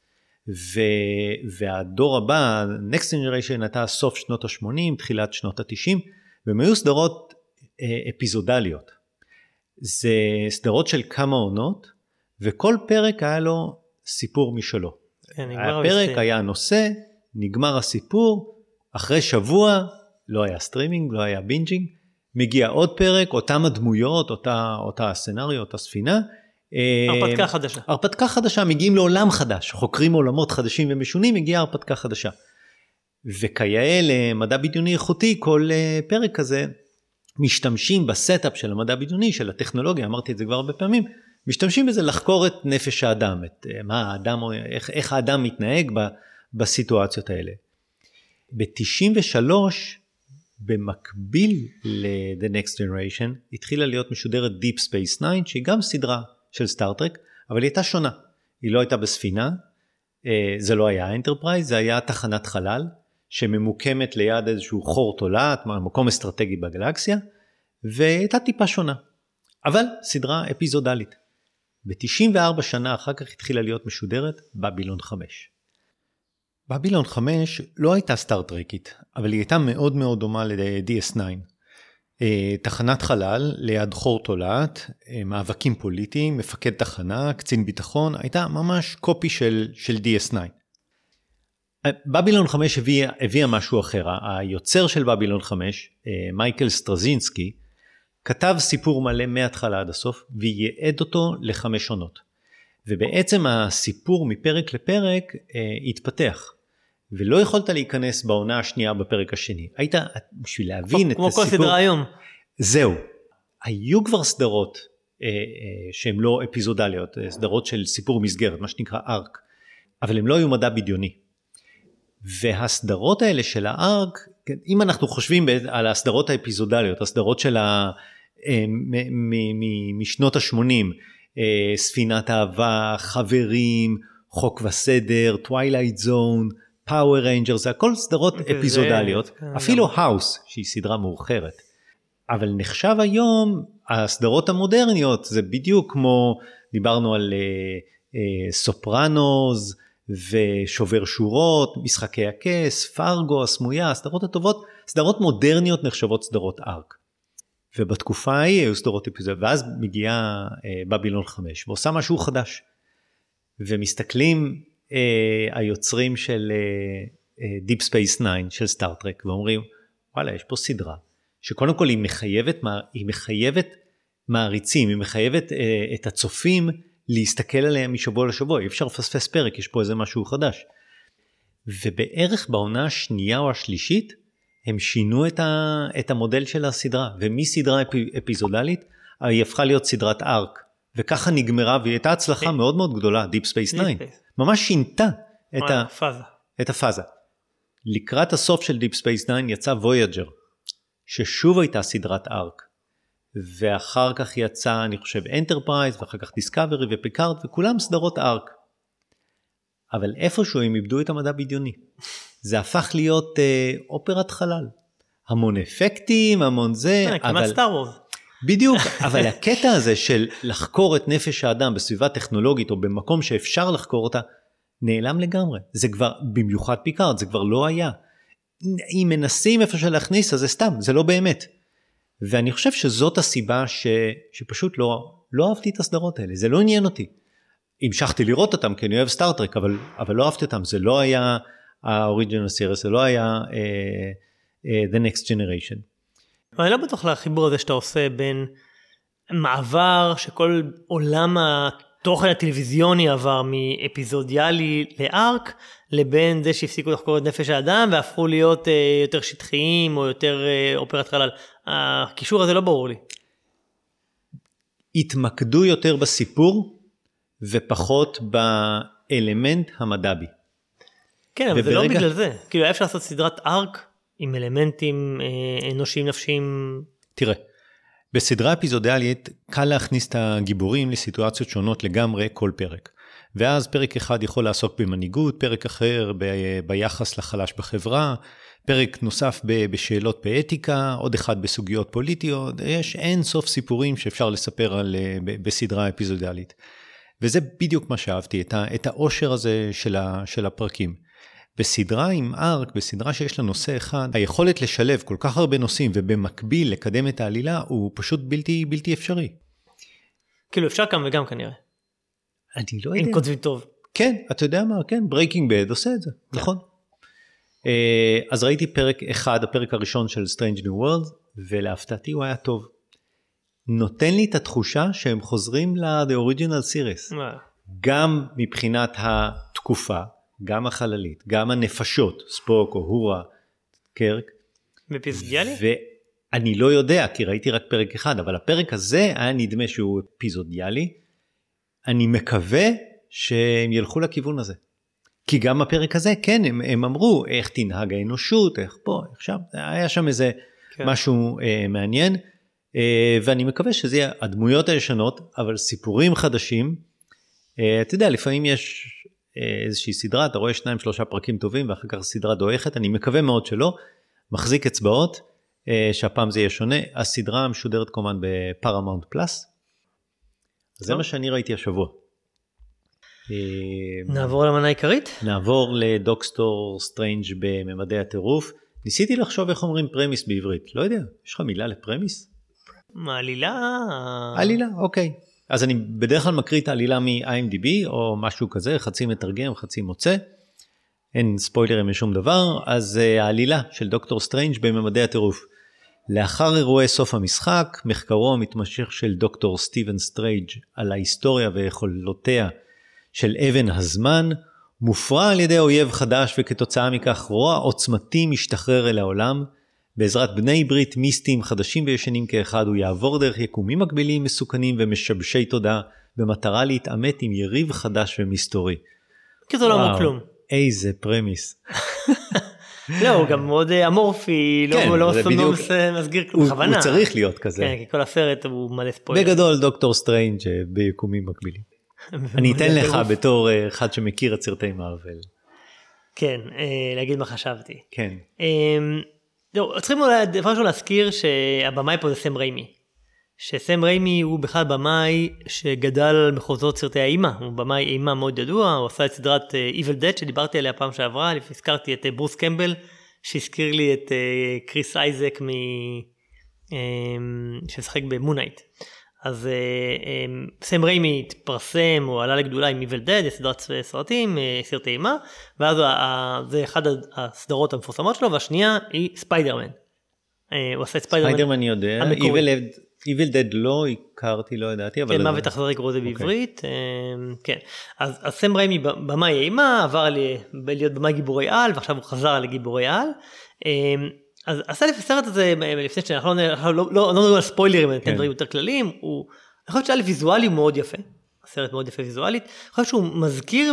והדור הבא, Next Generation, הייתה סוף שנות ה-80, תחילת שנות ה-90, והם היו סדרות אפיזודליות. זה סדרות של כמה עונות, וכל פרק היה לו סיפור משלו. הפרק היה נושא, נגמר הסיפור, אחרי שבוע, לא היה סטרימינג, לא היה בינג'ינג, מגיע עוד פרק, אותם הדמויות, אותה הסצנריו, אותה ספינה. הרפתקה חדשה, מגיעים לעולם חדש, חוקרים עולמות חדשים ומשונים, מגיעה הרפתקה חדשה. וכיאה למדע בדיוני איכותי, כל פרק כזה, משתמשים בסטאפ של המדע בדיוני, של הטכנולוגיה, אמרתי את זה כבר הרבה פעמים, משתמשים בזה לחקור את נפש האדם, איך האדם מתנהג בסיטואציות האלה. ב-93, במקביל ל-The Next Generation, התחילה להיות משודרת Deep Space Nine, שהיא גם סדרה של סטארטרק, אבל היא הייתה שונה. היא לא הייתה בספינה, זה לא היה Enterprise, זה היה תחנת חלל, שממוקמת ליד איזשהו חור תולעת, מקום אסטרטגי בגלקסיה, והייתה טיפה שונה. אבל סדרה אפיזודלית. ב-94 שנה אחר כך התחילה להיות משודרת בבילון 5. בבילון 5 לא הייתה סטארטרקית, אבל היא הייתה מאוד מאוד דומה ל-DS9. תחנת חלל ליד חור תולעת, מאבקים פוליטיים, מפקד תחנה, קצין ביטחון, הייתה ממש קופי של DS9. בבילון 5 הביאה משהו אחר, היוצר של בבילון 5, מייקל סטרזינסקי, כתב סיפור מלא מההתחלה עד הסוף, וייעד אותו ל5 עונות. ובעצם הסיפור מפרק לפרק התפתח. ולא יכולת להיכנס בעונה השנייה בפרק השני. היית, בשביל להבין את הסיפור... כמו כל סדרה היום. זהו. היו כבר סדרות שהן לא אפיזודליות, סדרות של סיפור מסגרת, מה שנקרא ארק, אבל הן לא היו מדע בדיוני. והסדרות האלה של הארק, אם אנחנו חושבים על הסדרות האפיזודליות, הסדרות של משנות ה-80, ספינת אהבה, חברים, חוק וסדר, טווילייט זון, פאוור ריינג'ר, זה הכל סדרות אפיזודליות, אפילו האוס, שהיא סדרה מאוחרת. אבל נחשב היום, הסדרות המודרניות, זה בדיוק כמו, דיברנו על סופרנוז, ושובר שורות, משחקי הכס, פארגו, הסמויה, הסדרות הטובות, סדרות מודרניות נחשבות סדרות ארק. ובתקופה ההיא היו סדרות אפיזודיות, ואז מגיעה בבילון 5, ועושה משהו חדש. ומסתכלים היוצרים של Deep Space 9, של סטארטרק, ואומרים, וואלה, יש פה סדרה, שקודם כל היא מחייבת מעריצים, היא מחייבת את הצופים, להסתכל עליהם משבוע לשבוע, אי אפשר לפספס פרק, יש פה איזה משהו חדש. ובערך בעונה השנייה או השלישית, הם שינו את המודל של הסדרה, ומסדרה אפיזודלית, היא הפכה להיות סדרת ארק, וככה נגמרה, והיא הייתה הצלחה מאוד מאוד גדולה, Deep Space 9, ממש שינתה את הפאזה. לקראת הסוף של Deep Space 9 יצא Voyager, ששוב הייתה סדרת ארק, ואחר כך יצא, אני חושב, Enterprise, ואחר כך Discovery ופיקארד, וכולם סדרות ארק. אבל איפשהו הם איבדו את המדע בדיוני. זה הפך להיות אופרת חלל. המון אפקטים, המון זה. כמעט סטאר וורס. בדיוק, אבל הקטע הזה של לחקור את נפש האדם בסביבה טכנולוגית, או במקום שאפשר לחקור אותה, נעלם לגמרי. זה כבר, במיוחד פיקארד, זה כבר לא היה. אם מנסים איפה להכניס, אז זה סתם, זה לא באמת. ואני חושב שזאת הסיבה שפשוט לא אהבתי את הסדרות האלה, זה לא עניין אותי. המשכתי לראות אותם, כי אני אוהב סטארטרק, אבל לא אהבתי אותם, זה לא היה ה-Original Series, זה לא היה The Next Generation. אני לא בטוח לחיבור הזה שאתה עושה בין מעבר שכל עולם התוכן הטלוויזיוני עבר מאפיזודיאלי לארק, לבין זה שהפסיקו לחקור את נפש האדם, והפכו להיות יותר שטחיים או יותר אופרת חלל. הקישור הזה לא ברור לי. התמקדו יותר בסיפור, ופחות באלמנט המדבי. כן, אבל זה לא בגלל זה. כאילו, היה אפשר לעשות סדרת ארק, עם אלמנטים אנושיים נפשיים. תראה, בסדרה אפיזודיאלית קל להכניס את הגיבורים לסיטואציות שונות לגמרי כל פרק. ואז פרק אחד יכול לעסוק במנהיגות, פרק אחר ביחס לחלש בחברה, פרק נוסף בשאלות באתיקה, עוד אחד בסוגיות פוליטיות, יש אין סוף סיפורים שאפשר לספר בסדרה אפיזודיאלית. וזה בדיוק מה שאהבתי, את העושר הזה של הפרקים. בסדרה עם ארק, בסדרה שיש לה נושא אחד, היכולת לשלב כל כך הרבה נושאים ובמקביל לקדם את העלילה, הוא פשוט בלתי אפשרי. כאילו אפשר גם וגם כנראה. אני לא יודע. אם כותבים טוב. כן, אתה יודע מה, כן, Breaking Bad עושה את זה, נכון. אז ראיתי פרק אחד, הפרק הראשון של Strange New Worlds, ולהפתעתי הוא היה טוב. נותן לי את התחושה שהם חוזרים ל-The Original Series. גם מבחינת התקופה, גם החללית, גם הנפשות, ספוק או הורה, קרק. בפיזודיאלי? ואני לא יודע, כי ראיתי רק פרק אחד, אבל הפרק הזה היה נדמה שהוא אפיזודיאלי. אני מקווה שהם ילכו לכיוון הזה. כי גם הפרק הזה, כן, הם אמרו איך תנהג האנושות, איך פה, איך שם. היה שם איזה משהו מעניין, ואני מקווה שזה יהיה הדמויות הישנות, אבל סיפורים חדשים. אתה יודע, לפעמים יש איזושהי סדרה, אתה רואה 2-3 פרקים טובים, ואחר כך סדרה דועכת, אני מקווה מאוד שלא, מחזיק אצבעות, שהפעם זה יהיה שונה, הסדרה משודרת כמובן בפרמאונט פלאס, זה מה שאני ראיתי השבוע. נעבור למנה העיקרית? נעבור לדוקטור סטרנג' בממדי הטירוף, ניסיתי לחשוב איך אומרים פרמיס בעברית, לא יודע, יש לך מילה לפרמיס? עלילה? עלילה, אוקיי. אז אני בדרך כלל מקריא את העלילה מ-IMDb או משהו כזה, חצי מתרגם, חצי מוצא. אין ספוילרים משום דבר, אז העלילה של דוקטור סטרנג' בממדי הטירוף. לאחר אירועי סוף המשחק, מחקרו המתמשך של דוקטור סטיבן סטרנג' על ההיסטוריה ויכולותיה של אבן הזמן, מופרע על ידי אויב חדש וכתוצאה מכך רוע עוצמתי משתחרר אל העולם, בעזרת בני ברית מיסטיים חדשים וישנים כאחד הוא יעבור דרך יקומים מקבילים מסוכנים ומשבשי תודעה במטרה להתעמת עם יריב חדש ומסתורי. כי זה לא אמור כלום. איזה פרמיס. לא, הוא גם מאוד אמורפי, לא מסגיר כלום בכוונה. הוא צריך להיות כזה. כן, כי כל הסרט הוא מלא ספוילר. בגדול דוקטור סטרנג' ביקומים מקבילים. אני אתן לך בתור אחד שמכיר את סרטי מארוול. כן, להגיד מה חשבתי. כן. צריכים אולי דבר ראשון להזכיר שהבמאי פה זה סם ריימי. שסם ריימי הוא בכלל במאי שגדל על מחוזות סרטי האימה, הוא במאי אימה מאוד ידוע, הוא עשה את סדרת Evil Dead שדיברתי עליה פעם שעברה, הזכרתי את ברוס קמבל, שהזכיר לי את קריס אייזק ששחק במונייט. אז סם ריימי התפרסם, הוא עלה לגדולה עם Evil Dead, סדרת סרטים, סרטי אימה, ואז זה אחד הסדרות המפורסמות שלו, והשנייה היא ספיידרמן. הוא עשה את ספיידרמן. ספיידרמן אני יודע, Evil Dead לא הכרתי, לא ידעתי, אבל... מוות אכזרי קראו זה בעברית, כן. אז סם ריימי במאי אימה, עבר להיות במאי גיבורי על, ועכשיו הוא חזר לגיבורי על. אז עשה לי הסרט הזה, לפני שאנחנו לא נדברים על ספוילרים, ניתן דברים יותר כלליים, אני חושב שהיה לי ויזואלי הוא מאוד יפה, הסרט מאוד יפה ויזואלית, אני חושב שהוא מזכיר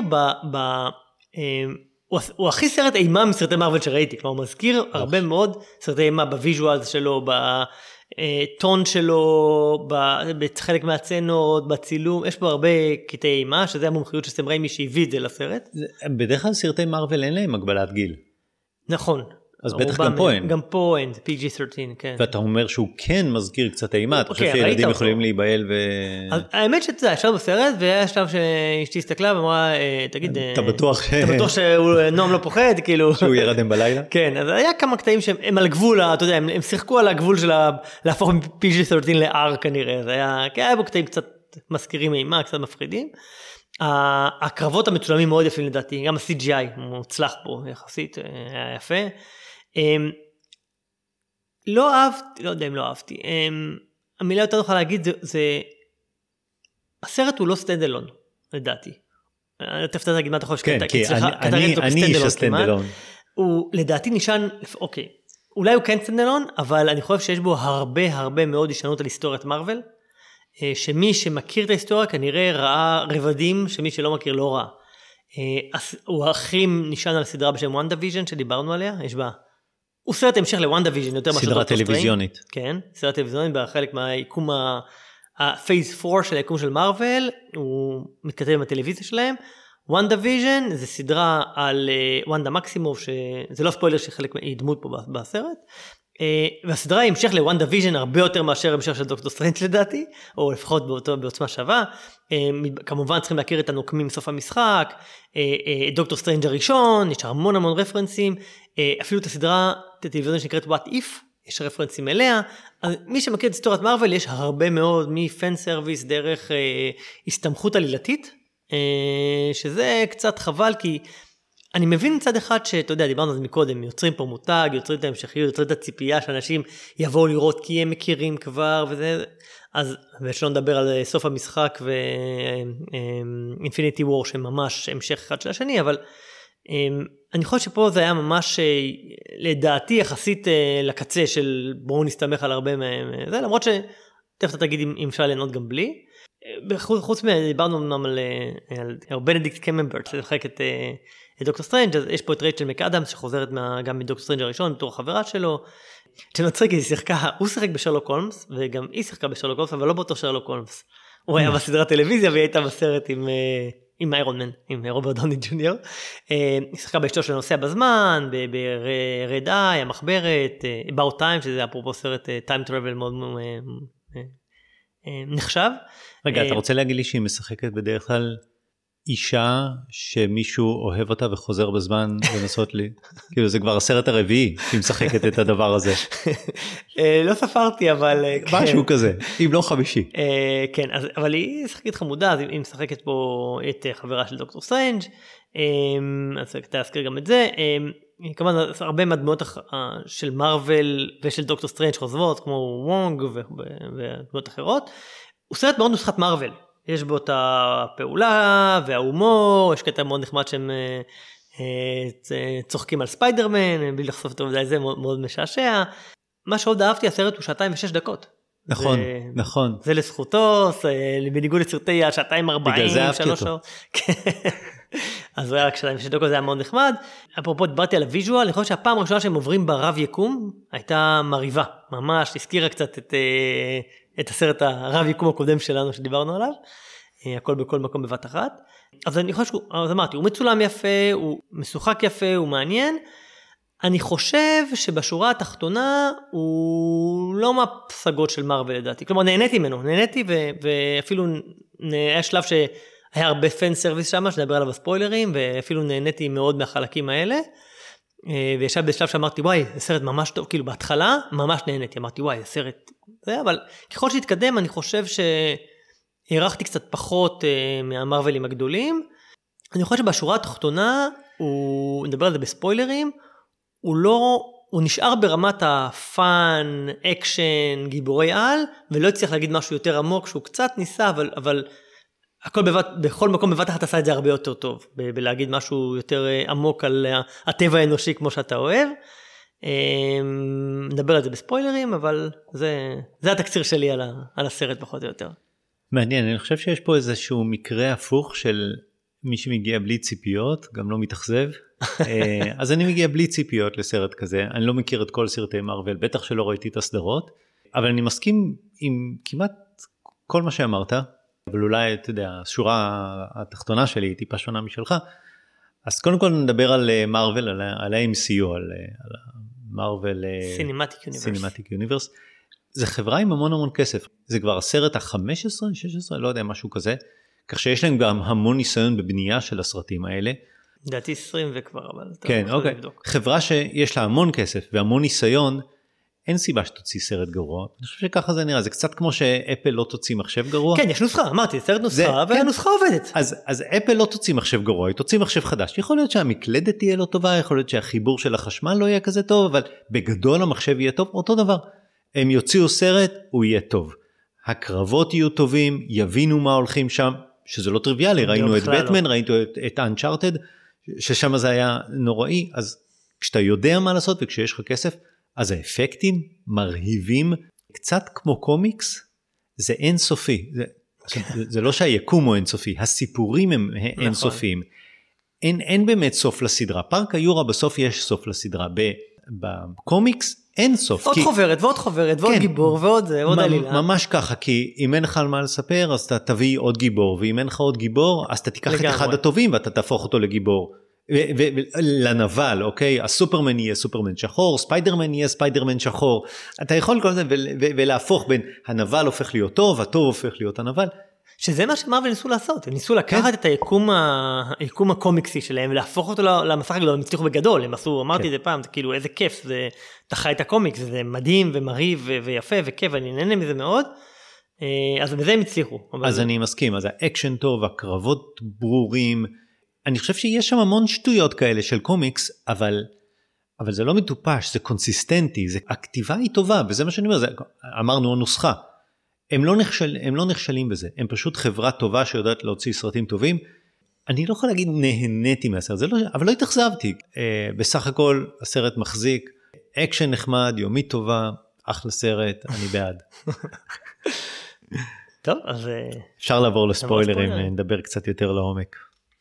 הוא הכי סרט אימה מסרטי מארוול שראיתי, כלומר הוא מזכיר הרבה מאוד סרטי אימה בוויזואל שלו, בטון שלו, בחלק מהצנות, בצילום, יש פה הרבה קטעי אימה, שזה המומחיות של סם ריימי שהביא את זה לסרט. בדרך כלל סרטי מארוול אין להם הגבלת גיל. נכון. אז בטח גם פה אין. גם פה אין, PG-13, כן. ואתה אומר שהוא כן מזכיר קצת אימה, אתה חושב שילדים יכולים להיבהל ו... האמת שזה ישב בסרט, והיה שלב שאשתי הסתכלה ואמרה, תגיד, אתה בטוח שנועם לא פוחד, כאילו... שהוא ירדם בלילה? כן, אז היה כמה קטעים שהם על גבול, אתה יודע, הם שיחקו על הגבול של להפוך מ-PG-13 ל-R כנראה, זה היה בו קטעים קצת מזכירים אימה, קצת מפחידים. הקרבות המצולמים מאוד יפים לדעתי, גם ה-CGI מוצלח פה יחסית, היה יפה. לא אהבתי, לא יודע אם לא אהבתי, המילה יותר נוכל להגיד זה, הסרט הוא לא סטנדלון, לדעתי. תפתח להגיד מה אתה חושב כן, כי אני איש הסטנדלון. הוא לדעתי נשען, אוקיי, אולי הוא כן סטנדלון, אבל אני חושב שיש בו הרבה מאוד הישענות על היסטוריית מארוול, שמי שמכיר את ההיסטוריה כנראה ראה רבדים שמי שלא מכיר לא ראה. הוא הכי נשען על סדרה בשם WandaVision שדיברנו עליה, יש בה, הוא סרט המשך ל-WandaVision יותר מאשר סדרה טלוויזיונית. כן, סדרה טלוויזיונית בחלק מהיקום ה-Phase 4 של היקום של מארוול, הוא מתכתב עם הטלוויזיה שלהם. WandaVision זה סדרה על וונדה מקסימוב, שזה לא ספוילר שחלק היא דמות פה בסרט, והסדרה היא המשך ל-WandaVision הרבה יותר מאשר המשך של דוקטור סטרנג' לדעתי, או לפחות בעוצמה שווה. כמובן צריכים להכיר את הנוקמים מסוף המשחק, דוקטור סטרנג' הראשון, יש המון רפרנסים, אפילו את הסדרה הטלוויזיונית שנקראת What If, יש רפרנסים אליה. אז מי שמכיר את היסטוריית מארוול יש הרבה מאוד מפן סרוויס דרך הסתמכות עלילתית, שזה קצת חבל כי אני מבין מצד אחד שאתה יודע, דיברנו על זה מקודם, יוצרים פה מותג, יוצרים את ההמשכיות, יוצרים את הציפייה שאנשים יבואו לראות כי הם מכירים כבר וזה, אז ושלא נדבר על סוף המשחק ואינפיניטי וור שממש המשך אחד של השני, אבל אני חושב שפה זה היה ממש לדעתי יחסית לקצה של בואו נסתמך על הרבה מהם, זה למרות שתכף אתה תגיד אם אפשר ליהנות גם בלי. חוץ מדיברנו אמנם על בנדיקט קמברבץ' שחק את דוקטור סטרנג', אז יש פה את רייצ'ל מקאדמס שחוזרת גם מדוקטור סטרנג' הראשון בתור החברה שלו, שמצחיק היא שיחקה, הוא שיחק בשרלוק הולמס וגם היא שיחקה בשרלוק הולמס אבל לא באותו שרלוק הולמס, הוא היה בסדרת טלוויזיה והיא הייתה בסרט עם איירון מן, עם רוברט דאוני ג'וניור, היא שיחקה באשתו של הנוסע בזמן, ברד איי, המחברת, About Time, שזה אפרופו סרט Time Travel מאוד נחשב. רגע, אתה רוצה להגיד לי שהיא משחקת בדרך כלל אישה שמישהו אוהב אותה וחוזר בזמן לנסות לי, כאילו זה כבר הסרט הרביעי שהיא משחקת את הדבר הזה. לא ספרתי אבל... משהו כזה, אם לא חמישי. כן, אבל היא שחקית חמודה, אז היא משחקת פה את חברה של דוקטור סטרנג', אז תזכיר גם את זה. כמובן הרבה מהדמויות של מארוול ושל דוקטור סטרנג' חוזרות, כמו וונג ודמויות אחרות. הוא סרט מאוד נוסחת מארוול. יש בו את הפעולה וההומור, יש קטע מאוד נחמד שהם צוחקים על ספיידרמן, בלי לחשוף את העובדה, זה מאוד משעשע. מה שעוד אהבתי, הסרט הוא 2:06. נכון, נכון. זה לזכותו, בניגוד לסרטי 2:40, בגלל זה אהבתי אותו. שעות. אז זה רק 2:06, זה היה מאוד נחמד. אפרופו, דיברתי על הוויז'ואל, אני חושב שהפעם הראשונה שהם עוברים ברב יקום, הייתה מריבה, ממש, הזכירה קצת את הסרט הרב יקום הקודם שלנו שדיברנו עליו, הכל בכל מקום בבת אחת. אז אני חושב, אז אמרתי, הוא מצולם יפה, הוא משוחק יפה, הוא מעניין. אני חושב שבשורה התחתונה הוא לא מהפסגות של מארוול לדעתי. כלומר, נהניתי ממנו, ואפילו היה שלב שהיה הרבה פן סרוויס שם, שנדבר עליו בספוילרים, ואפילו נהניתי מאוד מהחלקים האלה. וישב בשלב שאמרתי, וואי, זה סרט ממש טוב, כאילו בהתחלה ממש נהניתי, אמרתי, וואי, זה סרט, זה, אבל ככל שהתקדם, אני חושב שהערכתי קצת פחות מהמרוולים הגדולים. אני חושב שבשורה התחתונה, נדבר על זה בספוילרים, הוא נשאר ברמת הפאן, אקשן, גיבורי על, ולא הצליח להגיד משהו יותר עמוק, שהוא קצת ניסה, אבל הכל בכל מקום בבת אחת עשה את זה הרבה יותר טוב, בלהגיד משהו יותר עמוק על הטבע האנושי כמו שאתה אוהב. נדבר על זה בספוילרים, אבל זה התקציר שלי על הסרט פחות או יותר. מעניין, אני חושב שיש פה איזשהו מקרה הפוך של מי שמגיע בלי ציפיות, גם לא מתאכזב. אז אני מגיע בלי ציפיות לסרט כזה, אני לא מכיר את כל סרטי מארוול, בטח שלא ראיתי את הסדרות, אבל אני מסכים עם כמעט כל מה שאמרת, אבל אולי, אתה יודע, השורה התחתונה שלי היא טיפה שונה משלך. אז קודם כל נדבר על מארוול, על ה-MCU, על מארוול Cinematic Universe. זה חברה עם המון המון כסף. זה כבר הסרט ה-15, 16, לא יודע, משהו כזה. כך שיש להם גם המון ניסיון בבנייה של הסרטים האלה. דעתי 20 וכבר, אבל... כן, אוקיי. חברה שיש לה המון כסף והמון ניסיון, אין סיבה שתוציא סרט גרוע. אני חושב שככה זה נראה, זה קצת כמו שאפל לא תוציא מחשב גרוע. כן, יש נוסחה, אמרתי, סרט נוסחה, והנוסחה עובדת. אז אפל לא תוציא מחשב גרוע, היא תוציא מחשב חדש. יכול להיות שהמקלדת תהיה לא טובה, יכול להיות שהחיבור של החשמל לא יהיה כזה טוב, אבל בגדול המחשב יהיה טוב, אותו דבר. הם יוציאו סרט, הוא יהיה טוב. הקרבות יהיו טובים, יבינו מה הולכים שם, שזה לא טריוויאלי, ראינו את בטמן, ראינו את אנצ'ארטד, ששם זה היה נוראי, אז כשאתה יודע מה לעשות וכשיש לך כסף, אז האפקטים מרהיבים, קצת כמו קומיקס, זה אינסופי, זה לא שהיקום הוא אינסופי, הסיפורים הם אינסופיים, אין באמת סוף לסדרה, פארק היורה בסוף יש סוף לסדרה, בקומיקס אין סוף. עוד חוברת ועוד חוברת ועוד גיבור ועוד זה, עוד עלילה. ממש ככה, כי אם אין לך על מה לספר, אז אתה תביא עוד גיבור, ואם אין לך עוד גיבור, אז אתה תיקח את אחד הטובים, ואתה תהפוך אותו לגיבור. לנבל, אוקיי? הסופרמן יהיה סופרמן שחור, ספיידרמן יהיה ספיידרמן שחור. אתה יכול כל זה ולהפוך בין הנבל הופך להיות טוב, הטוב הופך להיות הנבל. שזה מה שמארוול ניסו לעשות, הם ניסו לקחת את היקום הקומיקסי שלהם, ולהפוך אותו למסך הגדול, הם הצליחו בגדול, הם עשו, אמרתי את זה פעם, זה כאילו איזה כיף, אתה חי את הקומיקס, זה מדהים ומריב ויפה וכיף, אני נהנה מזה מאוד, אז בזה הם הצליחו. אז אני מסכים, אז האקשן טוב, הקרבות ברורים, אני חושב שיש שם המון שטויות כאלה של קומיקס, אבל זה לא מטופש, זה קונסיסטנטי, הכתיבה היא טובה, וזה מה שאני אומר, אמרנו הנוסחה, הם לא נכשלים בזה, הם פשוט חברה טובה שיודעת להוציא סרטים טובים, אני לא יכול להגיד נהניתי מהסרט, אבל לא התאכזבתי, בסך הכל הסרט מחזיק, אקשן נחמד, יומית טובה, אחלה סרט, אני בעד. טוב, אז... אפשר לעבור לספוילרים, נדבר קצת יותר לעומק.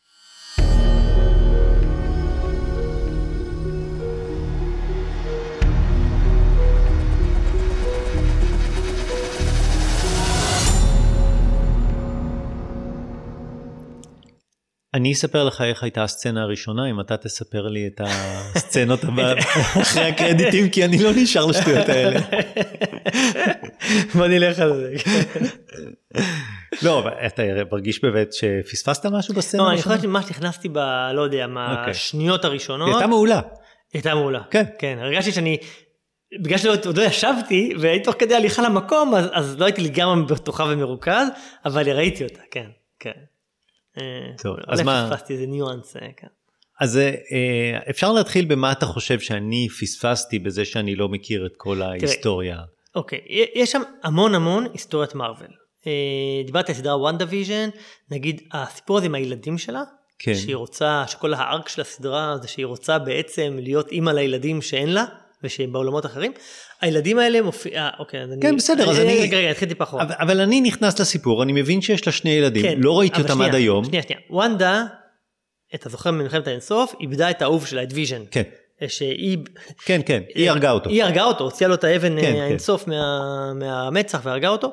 אני אספר לך איך הייתה הסצנה הראשונה, אם אתה תספר לי את הסצנות אחרי הקרדיטים, כי אני לא נשאר לשטויות האלה. בוא נלך על זה. לא, אבל אתה מרגיש באמת שפספסת משהו בסצנה? לא, אני חושבת שממש נכנסתי ב... לא יודע, מהשניות הראשונות. היא הייתה מעולה. הייתה מעולה. כן. כן, הרגשתי שאני... בגלל שעוד לא ישבתי, והייתי תוך כדי הליכה למקום, אז לא הייתי לגמרי בטוחה ומרוכז, אבל ראיתי אותה, כן, כן. טוב, אז מה... פספסתי איזה ניואנס, כן. אז אפשר להתחיל במה אתה חושב שאני פספסתי בזה שאני לא מכיר את כל ההיסטוריה. אוקיי, יש שם המון היסטוריית מארוול. דיברתי על סדרה וונדה ויז'ן, נגיד הסיפור הזה עם הילדים שלה, כן. שהיא רוצה, שכל הארק של הסדרה זה שהיא רוצה בעצם להיות אימא לילדים שאין לה, ושבעולמות אחרים, הילדים האלה מופיע, אוקיי, כן, בסדר, אז אני... רגע, התחיל טיפה אחורה. אבל אני נכנס לסיפור, אני מבין שיש לה שני ילדים, לא ראיתי אותם עד היום. שנייה, וונדה, אתה זוכר ממלחמת האינסוף, איבדה את האהוב שלה, את ויז'ן. כן. שהיא... כן, היא הרגה אותו. היא הרגה אותו, הוציאה לו את האבן האינסוף מהמצח והרגה אותו,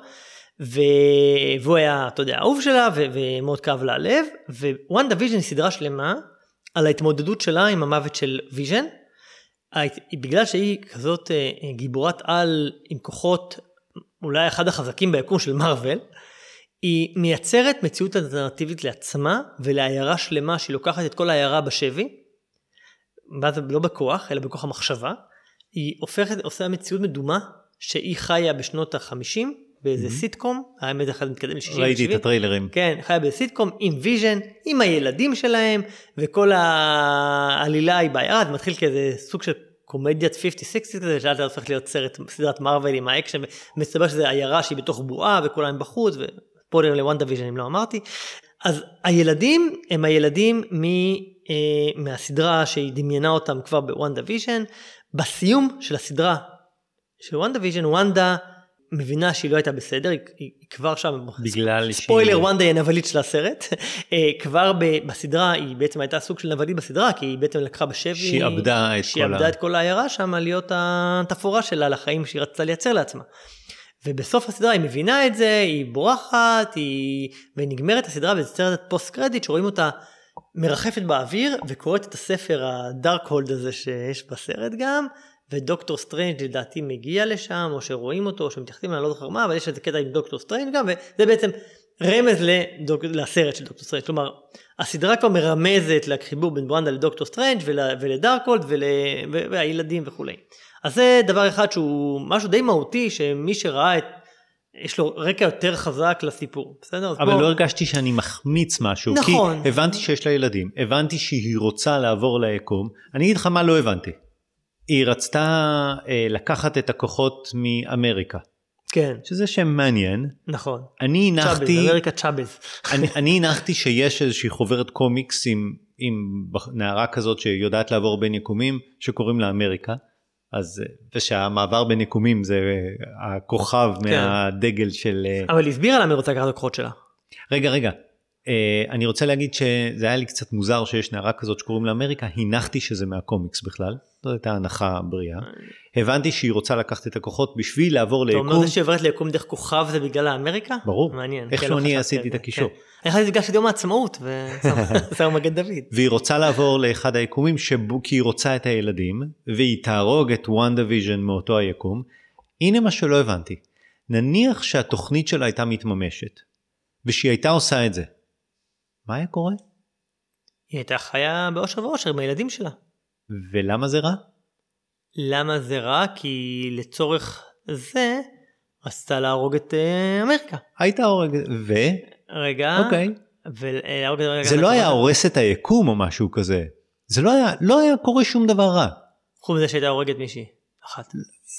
והוא היה, אתה יודע, האהוב שלה, ומאוד כאב לה הלב, ווונדה ויז'ן היא סדרה שלמה, על ההתמודדות שלה עם המוות של ויז'ן, בגלל שהיא כזאת גיבורת על עם כוחות, אולי אחד החזקים ביקום של מארוול, היא מייצרת מציאות אלטרנטיבית לעצמה, ולעיירה שלמה שהיא לוקחת את כל העיירה בשבי, לא בכוח, אלא בכוח המחשבה, היא עושה מציאות מדומה, שהיא חיה בשנות ה-50, באיזה סיטקום, האמת אחד מתקדם ל-60. ראיתי את הטריילרים. כן, חיה באיזה סיטקום, עם ויז'ן, עם הילדים שלהם, וכל העלילה היא בעיירה, זה מתחיל כאיזה סוג של קומדיית 50-60 כזה, שאלת הופך להיות סדרת מארוול עם האקשן, ומסתבר שזה עיירה שהיא בתוך בועה, וכולם בחוץ, ופולר לוונדה ויז'ן, אם לא אמרתי. אז הילדים הם הילדים מהסדרה שהיא דמיינה אותם כבר בוונדה ויז'ן, בסיום של הסדרה של וונדה ויז'ן, וונדה מבינה שהיא לא הייתה בסדר, היא כבר שם, ספוילר, וונדה היא הנבלית של הסרט, כבר בסדרה, היא בעצם הייתה סוג של נבלית בסדרה, כי היא בעצם לקחה בשבי, שהיא עבדה את כל העיירה שם, להיות התפאורה שלה לחיים שהיא רצתה לייצר לעצמה. ובסוף הסדרה היא מבינה את זה, היא בורחת, ונגמרת הסדרה בסרט פוסט קרדיט, שרואים אותה מרחפת באוויר, וקוראת את הספר הדארק הולד הזה שיש בסרט גם, ודוקטור סטרנג' לדעתי מגיע לשם, או שרואים אותו, או שמתייחסים, אני לא זוכר מה, אבל יש איזה קטע עם דוקטור סטרנג' גם, וזה בעצם רמז לסרט של דוקטור סטרנג', כלומר, הסדרה כבר מרמזת לחיבור בין וונדה לדוקטור סטרנג' ולדארק הולד, והילדים וכו'. אז זה דבר אחד שהוא משהו די מהותי, שמי שראה יש לו רקע יותר חזק לסיפור, בסדר? אבל לא הרגשתי שאני מחמיץ משהו, נכון. כי הבנתי שיש לה ילדים, הבנתי שהיא רוצה לעבור ליקום, אני אגיד לך מה לא הבנתי. היא רצתה לקחת את הכוחות מאמריקה. כן. שזה שם מעניין. נכון. אני הנחתי... אמריקה צ'אבז. אני הנחתי שיש איזושהי חוברת קומיקס עם נערה כזאת שיודעת לעבור בין יקומים, שקוראים לה אמריקה. אז, ושהמעבר בין יקומים זה הכוכב מהדגל של... אבל הסבירה למה היא רוצה לקחת את הכוחות שלה. רגע. אני רוצה להגיד שזה היה לי קצת מוזר שיש נערה כזאת שקוראים לאמריקה, הנחתי שזה מהקומיקס בכלל, זאת הייתה הנחה בריאה. הבנתי שהיא רוצה לקחת את הכוחות בשביל לעבור ליקום. אתה אומר זה שעוברת ליקום דרך כוכב זה בגלל האמריקה? ברור. מעניין. איכשהו אני עשיתי את הקישור. אני חייתי לפגש את יום העצמאות, ושר מגן דוד. והיא רוצה לעבור לאחד היקומים, כי היא רוצה את הילדים, והיא תהרוג את וונדה ויז'ן מאותו היקום. הנה מה שלא הבנתי. נניח שהתוכנית שלה הייתה מתממשת, ושהיא הייתה עושה את זה. מה היה קורה? היא הייתה חיה באושר ואושר עם הילדים שלה. ולמה זה רע? למה זה רע? כי לצורך זה רצתה להרוג את אמריקה. הייתה הורג... רגע. אוקיי. רגע, זה לא היה הורס את היקום או משהו כזה. זה לא היה קורה שום דבר רע. חוץ מזה שהייתה הורגת מישהי. אחת.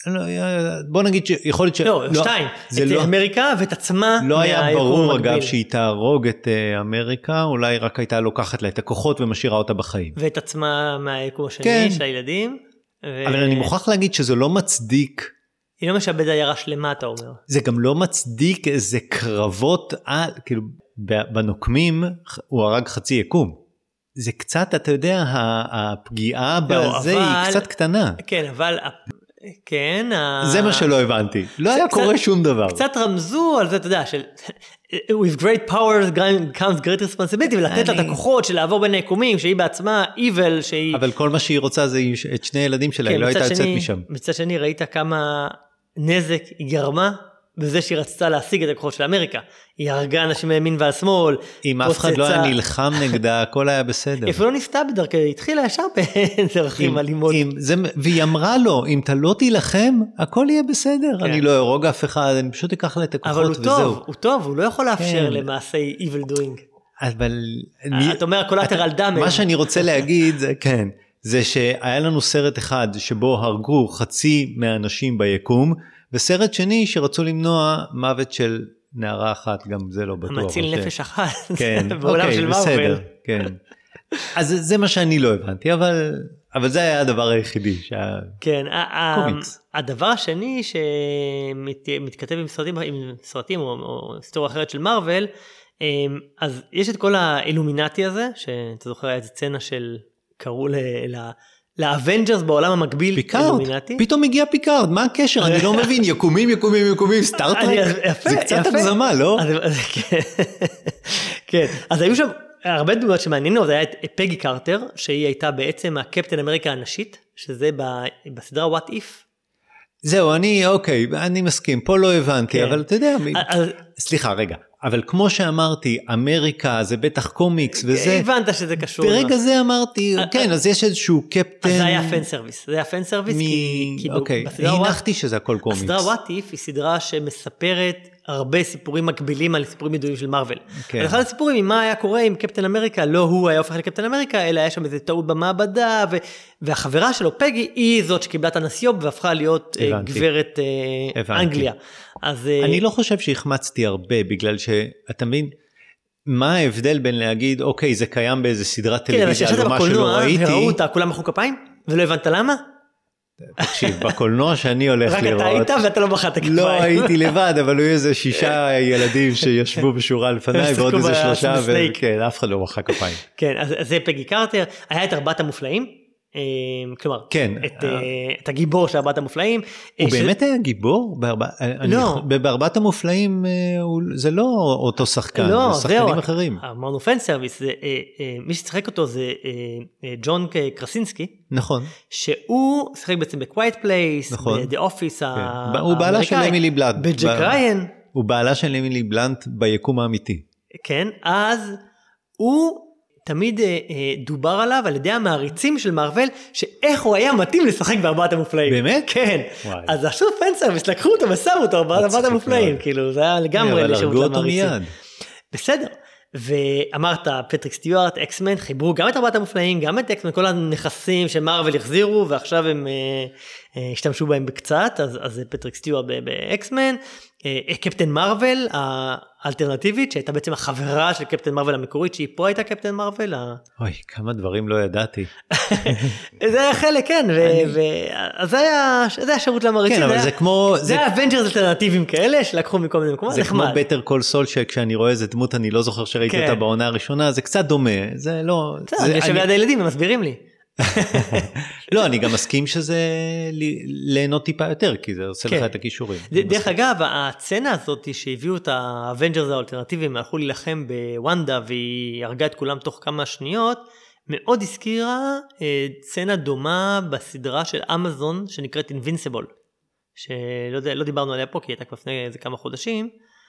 בוא נגיד שיכול להיות לא, שתיים. את אמריקה ואת עצמה. לא היה ברור אגב שהיא תהרוג את אמריקה, אולי רק הייתה לוקחת לה את הכוחות ומשאירה אותה בחיים. ואת עצמה מהיקום השני, של הילדים. אבל אני מוכרח להגיד שזה לא מצדיק. היא לא משעבד עיירה שלמה, אתה אומר. זה גם לא מצדיק איזה קרבות, כאילו בנוקמים הוא הרג חצי יקום. זה קצת, אתה יודע, הפגיעה בזה היא קצת קטנה. כן, אבל... כן. זה מה שלא הבנתי. לא היה קורה שום דבר. קצת רמזו על זה, אתה יודע, של with great powers comes great responsibility, ולתת לה את הכוחות של לעבור בין היקומים, שהיא בעצמה evil, שהיא... אבל כל מה שהיא רוצה זה את שני ילדים שלה, היא לא הייתה יוצאת משם. מצד שני ראית כמה נזק היא גרמה בזה שהיא רצתה להשיג את הכוחות של אמריקה. היא הרגה אנשים מימין ועל שמאל. אם אף אחד לא היה נלחם נגדה, הכל היה בסדר. איפה לא ניסתה בדרכה, היא התחילה ישר בדרכים אלימות. והיא אמרה לו, אם אתה לא תילחם, הכל יהיה בסדר. אני לא ארוג אף אחד, אני פשוט אקח לה את הכוחות וזהו. אבל הוא טוב, הוא לא יכול לאפשר למעשי evil doing. אבל... אתה אומר, קולטרל דאמג'. מה שאני רוצה להגיד, כן, זה שהיה לנו סרט אחד שבו הרגו חצי מהאנשים ביקום, וסרט שני שרצו למנוע מוות של נערה אחת, גם זה לא בטוח. המציל נפש אחת, כן, בעולם של מארוול. כן. אז זה מה שאני לא הבנתי, אבל זה היה הדבר היחידי. כן, הדבר השני שמתכתב עם סרטים או היסטוריה אחרת של מארוול, אז יש את כל האילומינטי הזה, שאתה זוכר היה איזה סצנה של, קראו לאבנג'רס בעולם המקביל, פיקארד, פתאום הגיע פיקארד, מה הקשר? אני לא מבין, יקומים, סטארטרק, זה קצת הגזמה, לא? כן, אז היו שם הרבה דמויות שמעניינות, היה את פגי קרטר, שהיא הייתה בעצם הקפטן אמריקה הנשית, שזה בסדרה What If. זהו, אני מסכים, פה לא הבנתי, אבל אתה יודע, סליחה רגע, אבל כמו שאמרתי, אמריקה זה בטח קומיקס וזה. הבנת שזה קשור. ברגע זה אמרתי, כן, אז יש איזשהו קפטן. אז זה היה פן סרוויס. זה היה פן סרוויס כי... אוקיי, הנחתי שזה הכל קומיקס. הסדרה What If היא סדרה שמספרת הרבה סיפורים מקבילים על סיפורים ידועים של מארוול. אז אחד הסיפורים עם מה היה קורה עם קפטן אמריקה, לא הוא היה הופך לקפטן אמריקה, אלא היה שם איזו טעות במעבדה, והחברה שלו, פגי, היא זאת שקיבלה את הנסיוב והפכה להיות גברת אנגליה. אני לא חושב שהחמצתי הרבה, בגלל שאתה מבין, מה ההבדל בין להגיד, אוקיי, זה קיים באיזה סדרת טלוויזיה, על מה שלא ראיתי. וראו אותה, כולם מחאו כפיים, ולא הבנת למה? תקשיב, בקולנוע שאני הולך לראות. רק אתה היית ואתה לא מחאת כפיים. לא הייתי לבד, אבל היו איזה 6 ילדים שישבו בשורה לפניי, ועוד איזה 3, וכן, אף אחד לא מחא כפיים. כן, אז זה פגי קרטר, היה את 4 המופלאים, כלומר, את הגיבור של 4 המופלאים. הוא באמת היה גיבור? לא. ב4 המופלאים זה לא אותו שחקן, זה שחקנים אחרים. אמרנו פן סרוויס, מי שצחק אותו זה ג'ון קרסינסקי. נכון. שהוא שחק בעצם ב-Quiet Place, ב-The Office האמריקאי. הוא בעלה של אמילי בלנט. בג'ק ריין. הוא בעלה של אמילי בלנט ביקום האמיתי. כן, אז הוא... תמיד דובר עליו על ידי המעריצים של מארוול, שאיך הוא היה מתאים לשחק ב4 המופלאים. באמת? כן. אז עכשיו פן סרוויס, לקחו אותו ושמו אותו ב4 המופלאים, כאילו, זה היה לגמרי לשירות למעריצים. בסדר. ואמרת, פטריק סטיוארט, אקסמן, חיברו גם את 4 המופלאים, גם את אקסמן, כל הנכסים שמארוול החזירו, ועכשיו הם השתמשו בהם בקצת, אז פטריק סטיוארט באקסמן, קפטן מארוול האלטרנטיבית, שהייתה בעצם החברה של קפטן מארוול המקורית, שהיא פה הייתה קפטן מארוול. אוי, כמה דברים לא ידעתי. זה היה חלק, כן, אז זה היה שירות למעריצים. כן, אבל זה כמו... זה היה אבנג'רס אלטרנטיביים כאלה, שלקחו מכל מיני מקומות, זה כמו בטר קול סול, שכשאני רואה איזה דמות, אני לא זוכר שראיתי אותה בעונה הראשונה, זה קצת דומה, זה לא... יש ליד הילדים, הם מסבירים לי. לא, אני גם מסכים שזה ליהנות טיפה יותר, כי זה עושה לך את הכישורים. דרך אגב, הצצנה הזאת שהביאו את האבנג'רס האלטרנטיביים, הלכו להילחם בוונדה, והיא הרגה את כולם תוך כמה שניות, מאוד הזכירה צצנה דומה בסדרה של אמזון, שנקראת Invincible, שלא דיברנו עליה פה, כי הייתה כבר לפני איזה כמה חודשים,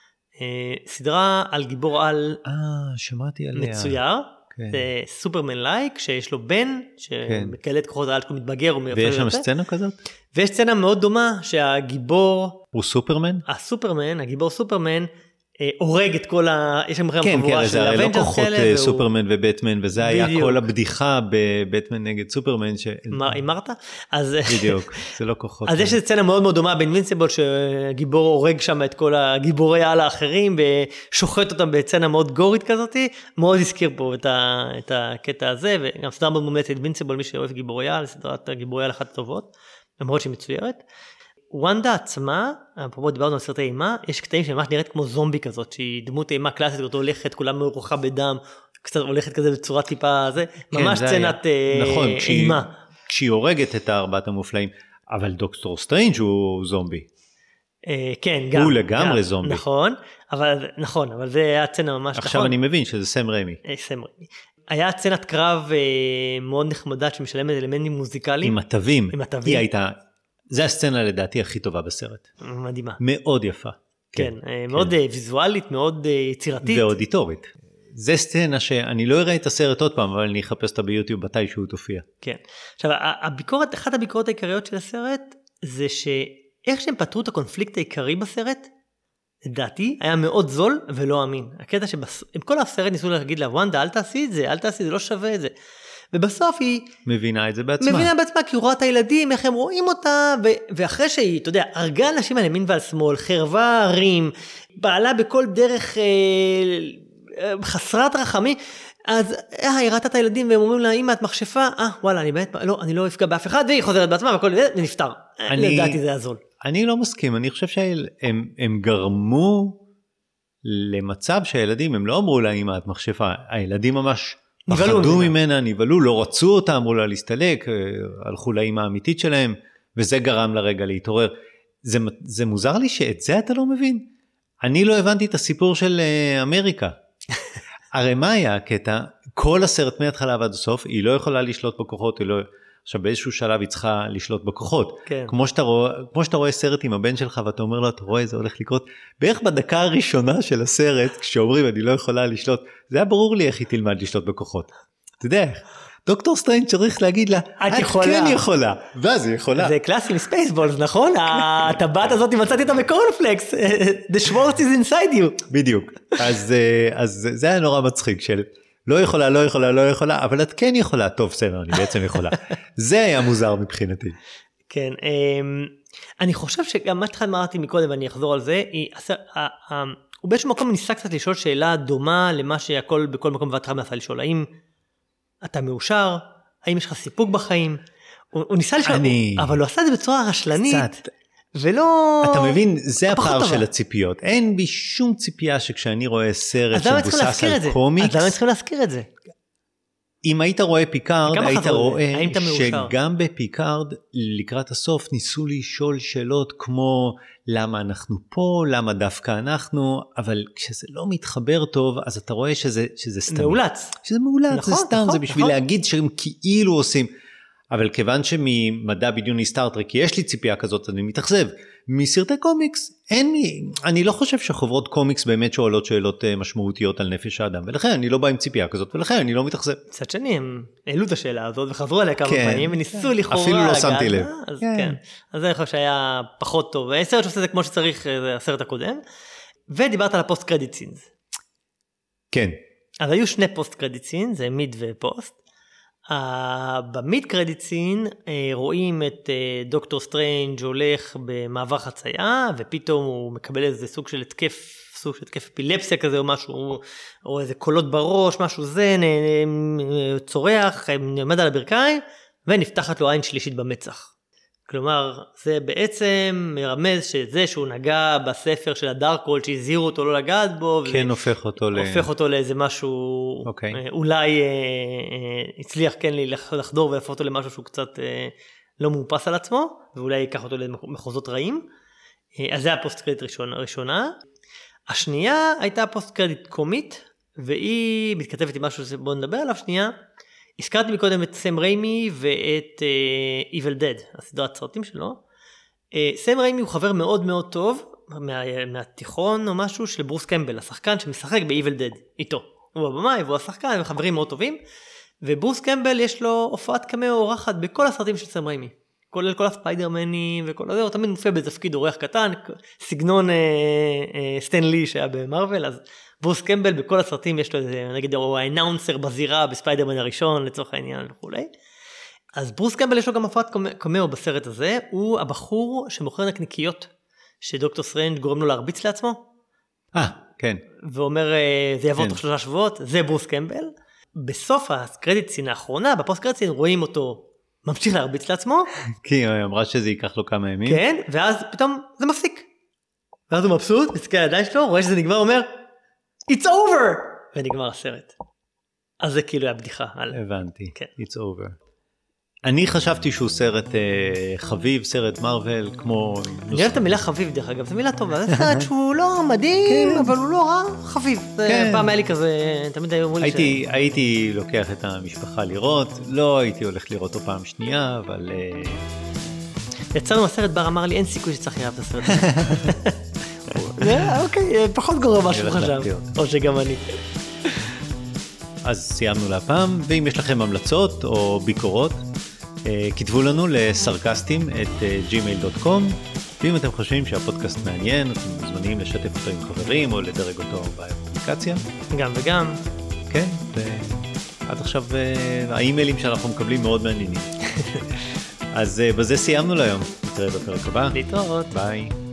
סדרה על גיבור על מצויר, זה סופרמן לייק, שיש לו בן, שמקלל את כוחות העל, שהוא מתבגר, ויש שם סצנה כזאת? ויש סצנה מאוד דומה, שהגיבור... הוא סופרמן? הסופרמן, הגיבור סופרמן, הורג את כל יש שם חבורה של אבנג'רס כאלה. לא כוחות סופרמן ובטמן, וזה היה כל הבדיחה בבטמן נגד סופרמן. אמרת? בדיוק, זה לא כוחות. אז יש סצנה מאוד מאוד דומה באינבינסיבול, שהגיבור הורג שם את כל הגיבורי העל האחרים, ושוחט אותם בצנה מאוד גורית כזאת, מאוד הזכיר פה את הקטע הזה, וגם סדרה מאוד מומלצת אינבינסיבול, מי שאוהב גיבורי העל, סדרת גיבורי העל אחת טובות, למרות שהיא מצוירת. וונדה עצמה, אפרופו דיברנו על סרטי אימה, יש קטעים שממש נראית כמו זומבי כזאת, שהיא דמות אימה קלאסית, אותו הולכת, כולה מרוחה בדם, קצת הולכת כזה בצורה טיפה, זה ממש סצנת אימה. כשהיא הורגת את 4 המופלאים, אבל דוקטור סטרנג' הוא זומבי. כן, גם. הוא לגמרי זומבי. נכון, אבל זה היה סצנה ממש... עכשיו אני מבין שזה סם רמי. סם רמי. היה סצנת קרב מאוד נחמדה, שמשלמת אלמנטים מוזיקליים. עם התווים. היא הייתה... זה הסצנה לדעתי הכי טובה בסרט. מדהימה. מאוד יפה. כן, מאוד ויזואלית, מאוד יצירתית. ואודיטורית. זה סצנה שאני לא אראה את הסרט עוד פעם, אבל אני אחפש אותה ביוטיוב מתי שהוא תופיע. כן. עכשיו, אחת הביקורות העיקריות של הסרט, זה שאיך שהם פתרו את הקונפליקט העיקרי בסרט, לדעתי, היה מאוד זול ולא אמין. הקטע שהם כל הסרט ניסו להגיד לה, וונדה, אל תעשי את זה, זה לא שווה את זה. ובסוף היא מבינה את זה בעצמה. כי הוא רואה את הילדים, איך הם רואים אותה, ואחרי שהיא, אתה יודע, הרגה אנשים על ימין ועל שמאל, חרבה ערים, פעלה בכל דרך חסרת רחמי, אז היא ראתה את הילדים והם אומרים לה, אמא את מכשפה, וואלה, אני לא אפגע באף אחד, והיא חוזרת בעצמה, והכל נפטר. לדעתי זה הזול. אני לא מסכים, אני חושב שהם גרמו למצב שהילדים, הם לא אמרו לה, אמא את מכשפה, הילדים ממש פחדו ממנה, נבהלו, לא רצו אותה, אמרו לה להסתלק, הלכו לאמא האמיתית שלהם, וזה גרם לרגע להתעורר. זה מוזר לי שאת זה אתה לא מבין. אני לא הבנתי את הסיפור של אמריקה. הרי מה היה הקטע? כל הסרט מההתחלה ועד הסוף, היא לא יכולה לשלוט בכוחות, עכשיו באיזשהו שלב היא צריכה לשלוט בכוחות. כן. כמו שאתה רואה סרט עם הבן שלך, ואתה אומר לו, אתה רואה, זה הולך לקרות. בערך בדקה הראשונה של הסרט, כשאומרים, אני לא יכולה לשלוט, זה היה ברור לי איך היא תלמד לשלוט בכוחות. אתה יודע, דוקטור סטריינג' צריך להגיד לה, את כן יכולה, ואז היא יכולה. זה קלאסי מספייסבולס, נכון? הטבעת הזאת מצאתי אותה בקורנפלקס, the Schwartz is inside you. בדיוק, אז זה היה נורא מצחיק של, לא יכולה, אבל את כן יכולה, טוב, בסדר, אני בעצם יכולה. זה היה מוזר מבחינתי. כן, אני חושב שגם מה שאמרתי מקודם, ואני אחזור על זה, הוא באיזשהו מקום ניסה קצת לשאול שאלה דומה למה שהכל בכל מקום ואתה מנסה לשאול, האם אתה מאושר, האם יש לך סיפוק בחיים, הוא ניסה לשאול, אבל הוא עשה את זה בצורה רשלנית, ולא... אתה מבין, זה הפער של הציפיות, אין בי שום ציפייה שכשאני רואה סרט שמבוסס על קומיקס, אז למה צריכים להזכיר את זה? אם היית רואה פיקארד, היית רואה שגם בפיקארד, לקראת הסוף, ניסו לשאול שאלות כמו, למה אנחנו פה, למה דווקא אנחנו, אבל כשזה לא מתחבר טוב, אז אתה רואה שזה סתם. מאולץ. שזה מאולץ, זה סתם, זה בשביל להגיד שהם כאילו עושים, אבל כיוון שממדע בדיוני סטארטרק יש לי ציפייה כזאת, אני מתאכזב. מסרטי קומיקס, אני לא חושב שחוברות קומיקס באמת שואלות שאלות משמעותיות על נפש האדם, ולכן אני לא בא עם ציפייה כזאת, ולכן אני לא מתאכזב. מצד שני, הם העלו את השאלה הזאת, וחזרו עליה כמה פעמים, וניסו לכאורה. אפילו לא שמתי לב. אז כן, אז זה חושב שהיה פחות טוב. הסרט שעושה זה כמו שצריך, זה הסרט הקודם, ודיברת על הפוסט קרדיט סינס. כן. אז היו שני פוסט קרדיט סינס, זה מיד ופוסט. במיד קרדיט סין רואים את דוקטור סטרנג' הולך במעבר חצייה, ופתאום הוא מקבל איזה סוג של התקף אפילפסיה כזה או משהו, או איזה קולות בראש, משהו זה, צורח, נעמד על הברכיים, ונפתחת לו עין שלישית במצח. כלומר, זה בעצם מרמז שזה שהוא נגע בספר של הדארקוולד, שהזהירו אותו לא לגעת בו, כן, הופך אותו לאיזה משהו, אולי הצליח כן לחדור ולהפוך אותו למשהו שהוא קצת לא מאופס על עצמו, ואולי ייקח אותו למחוזות רעים. אז זה הפוסט קרדיט ראשונה. השנייה הייתה פוסט קרדיט קומית, והיא מתכתבת עם משהו שבואו נדבר עליו שנייה. הזכרתי מקודם את סם ריימי ואת Evil Dead, הסדרת סרטים שלו. סם ריימי הוא חבר מאוד מאוד טוב, מהתיכון או משהו של ברוס קמבל, השחקן שמשחק ב-Evil Dead, איתו. הוא הבמאי והוא השחקן, הם חברים מאוד טובים, וברוס קמבל יש לו הופעת קמאו אורחת בכל הסרטים של סם ריימי, כולל כל הספיידרמנים וכל זה, הוא תמיד מופיע בתפקיד אורח קטן, סגנון סטן לי שהיה במרוול, אז ברוס קמבל בכל הסרטים יש לו איזה, נגיד, הוא האנאונסר בזירה בספיידרמן הראשון לצורך העניין וכולי. אז ברוס קמבל יש לו גם הופעת קמאו בסרט הזה, הוא הבחור שמוכר נקניקיות, שדוקטור סטרנג' גורם לו להרביץ לעצמו. כן. ואומר, זה יעבור תוך 3 שבועות, זה ברוס קמבל. בסוף הקרדיט סין האחרונה, בפוסט קרדיט סין רואים אותו ממשיך להרביץ לעצמו. כי היא אמרה שזה ייקח לו כמה ימים. כן, ואז פתאום זה מפסיק. ואז הוא מבסוט, מסתכל על הידיים שלו, רואה שזה נגמר, אומר, It's over! ונגמר הסרט. אז זה כאילו היה בדיחה. הבנתי, It's over. אני חשבתי שהוא סרט חביב, סרט מרוול, כמו... אני אוהב את המילה חביב דרך אגב, זו מילה טובה, זה סרט שהוא לא מדהים, אבל הוא לא רע, חביב. פעם היה לי כזה, תמיד היו אמרו לי ש... הייתי לוקח את המשפחה לראות, לא הייתי הולך לראות אותו פעם שנייה, אבל... יצאנו הסרט בר אמר לי, אין סיכוי שצריך יאהב את הסרט. אוקיי, פחות גרוע מה שהוא הולך חשב. להפתיע אותי. או שגם אני. אז סיימנו להפעם, ואם יש לכם המלצות או ביקורות, כתבו לנו לסרקסטים את gmail.com, ואם אתם חושבים שהפודקאסט מעניין, אתם מוזמנים לשתף אותו עם חברים או לדרג אותו באפליקציה. גם וגם. כן, ועד עכשיו האימיילים שאנחנו מקבלים מאוד מעניינים. אז בזה סיימנו להיום, נתראה בפרק הבא. להתראות. ביי.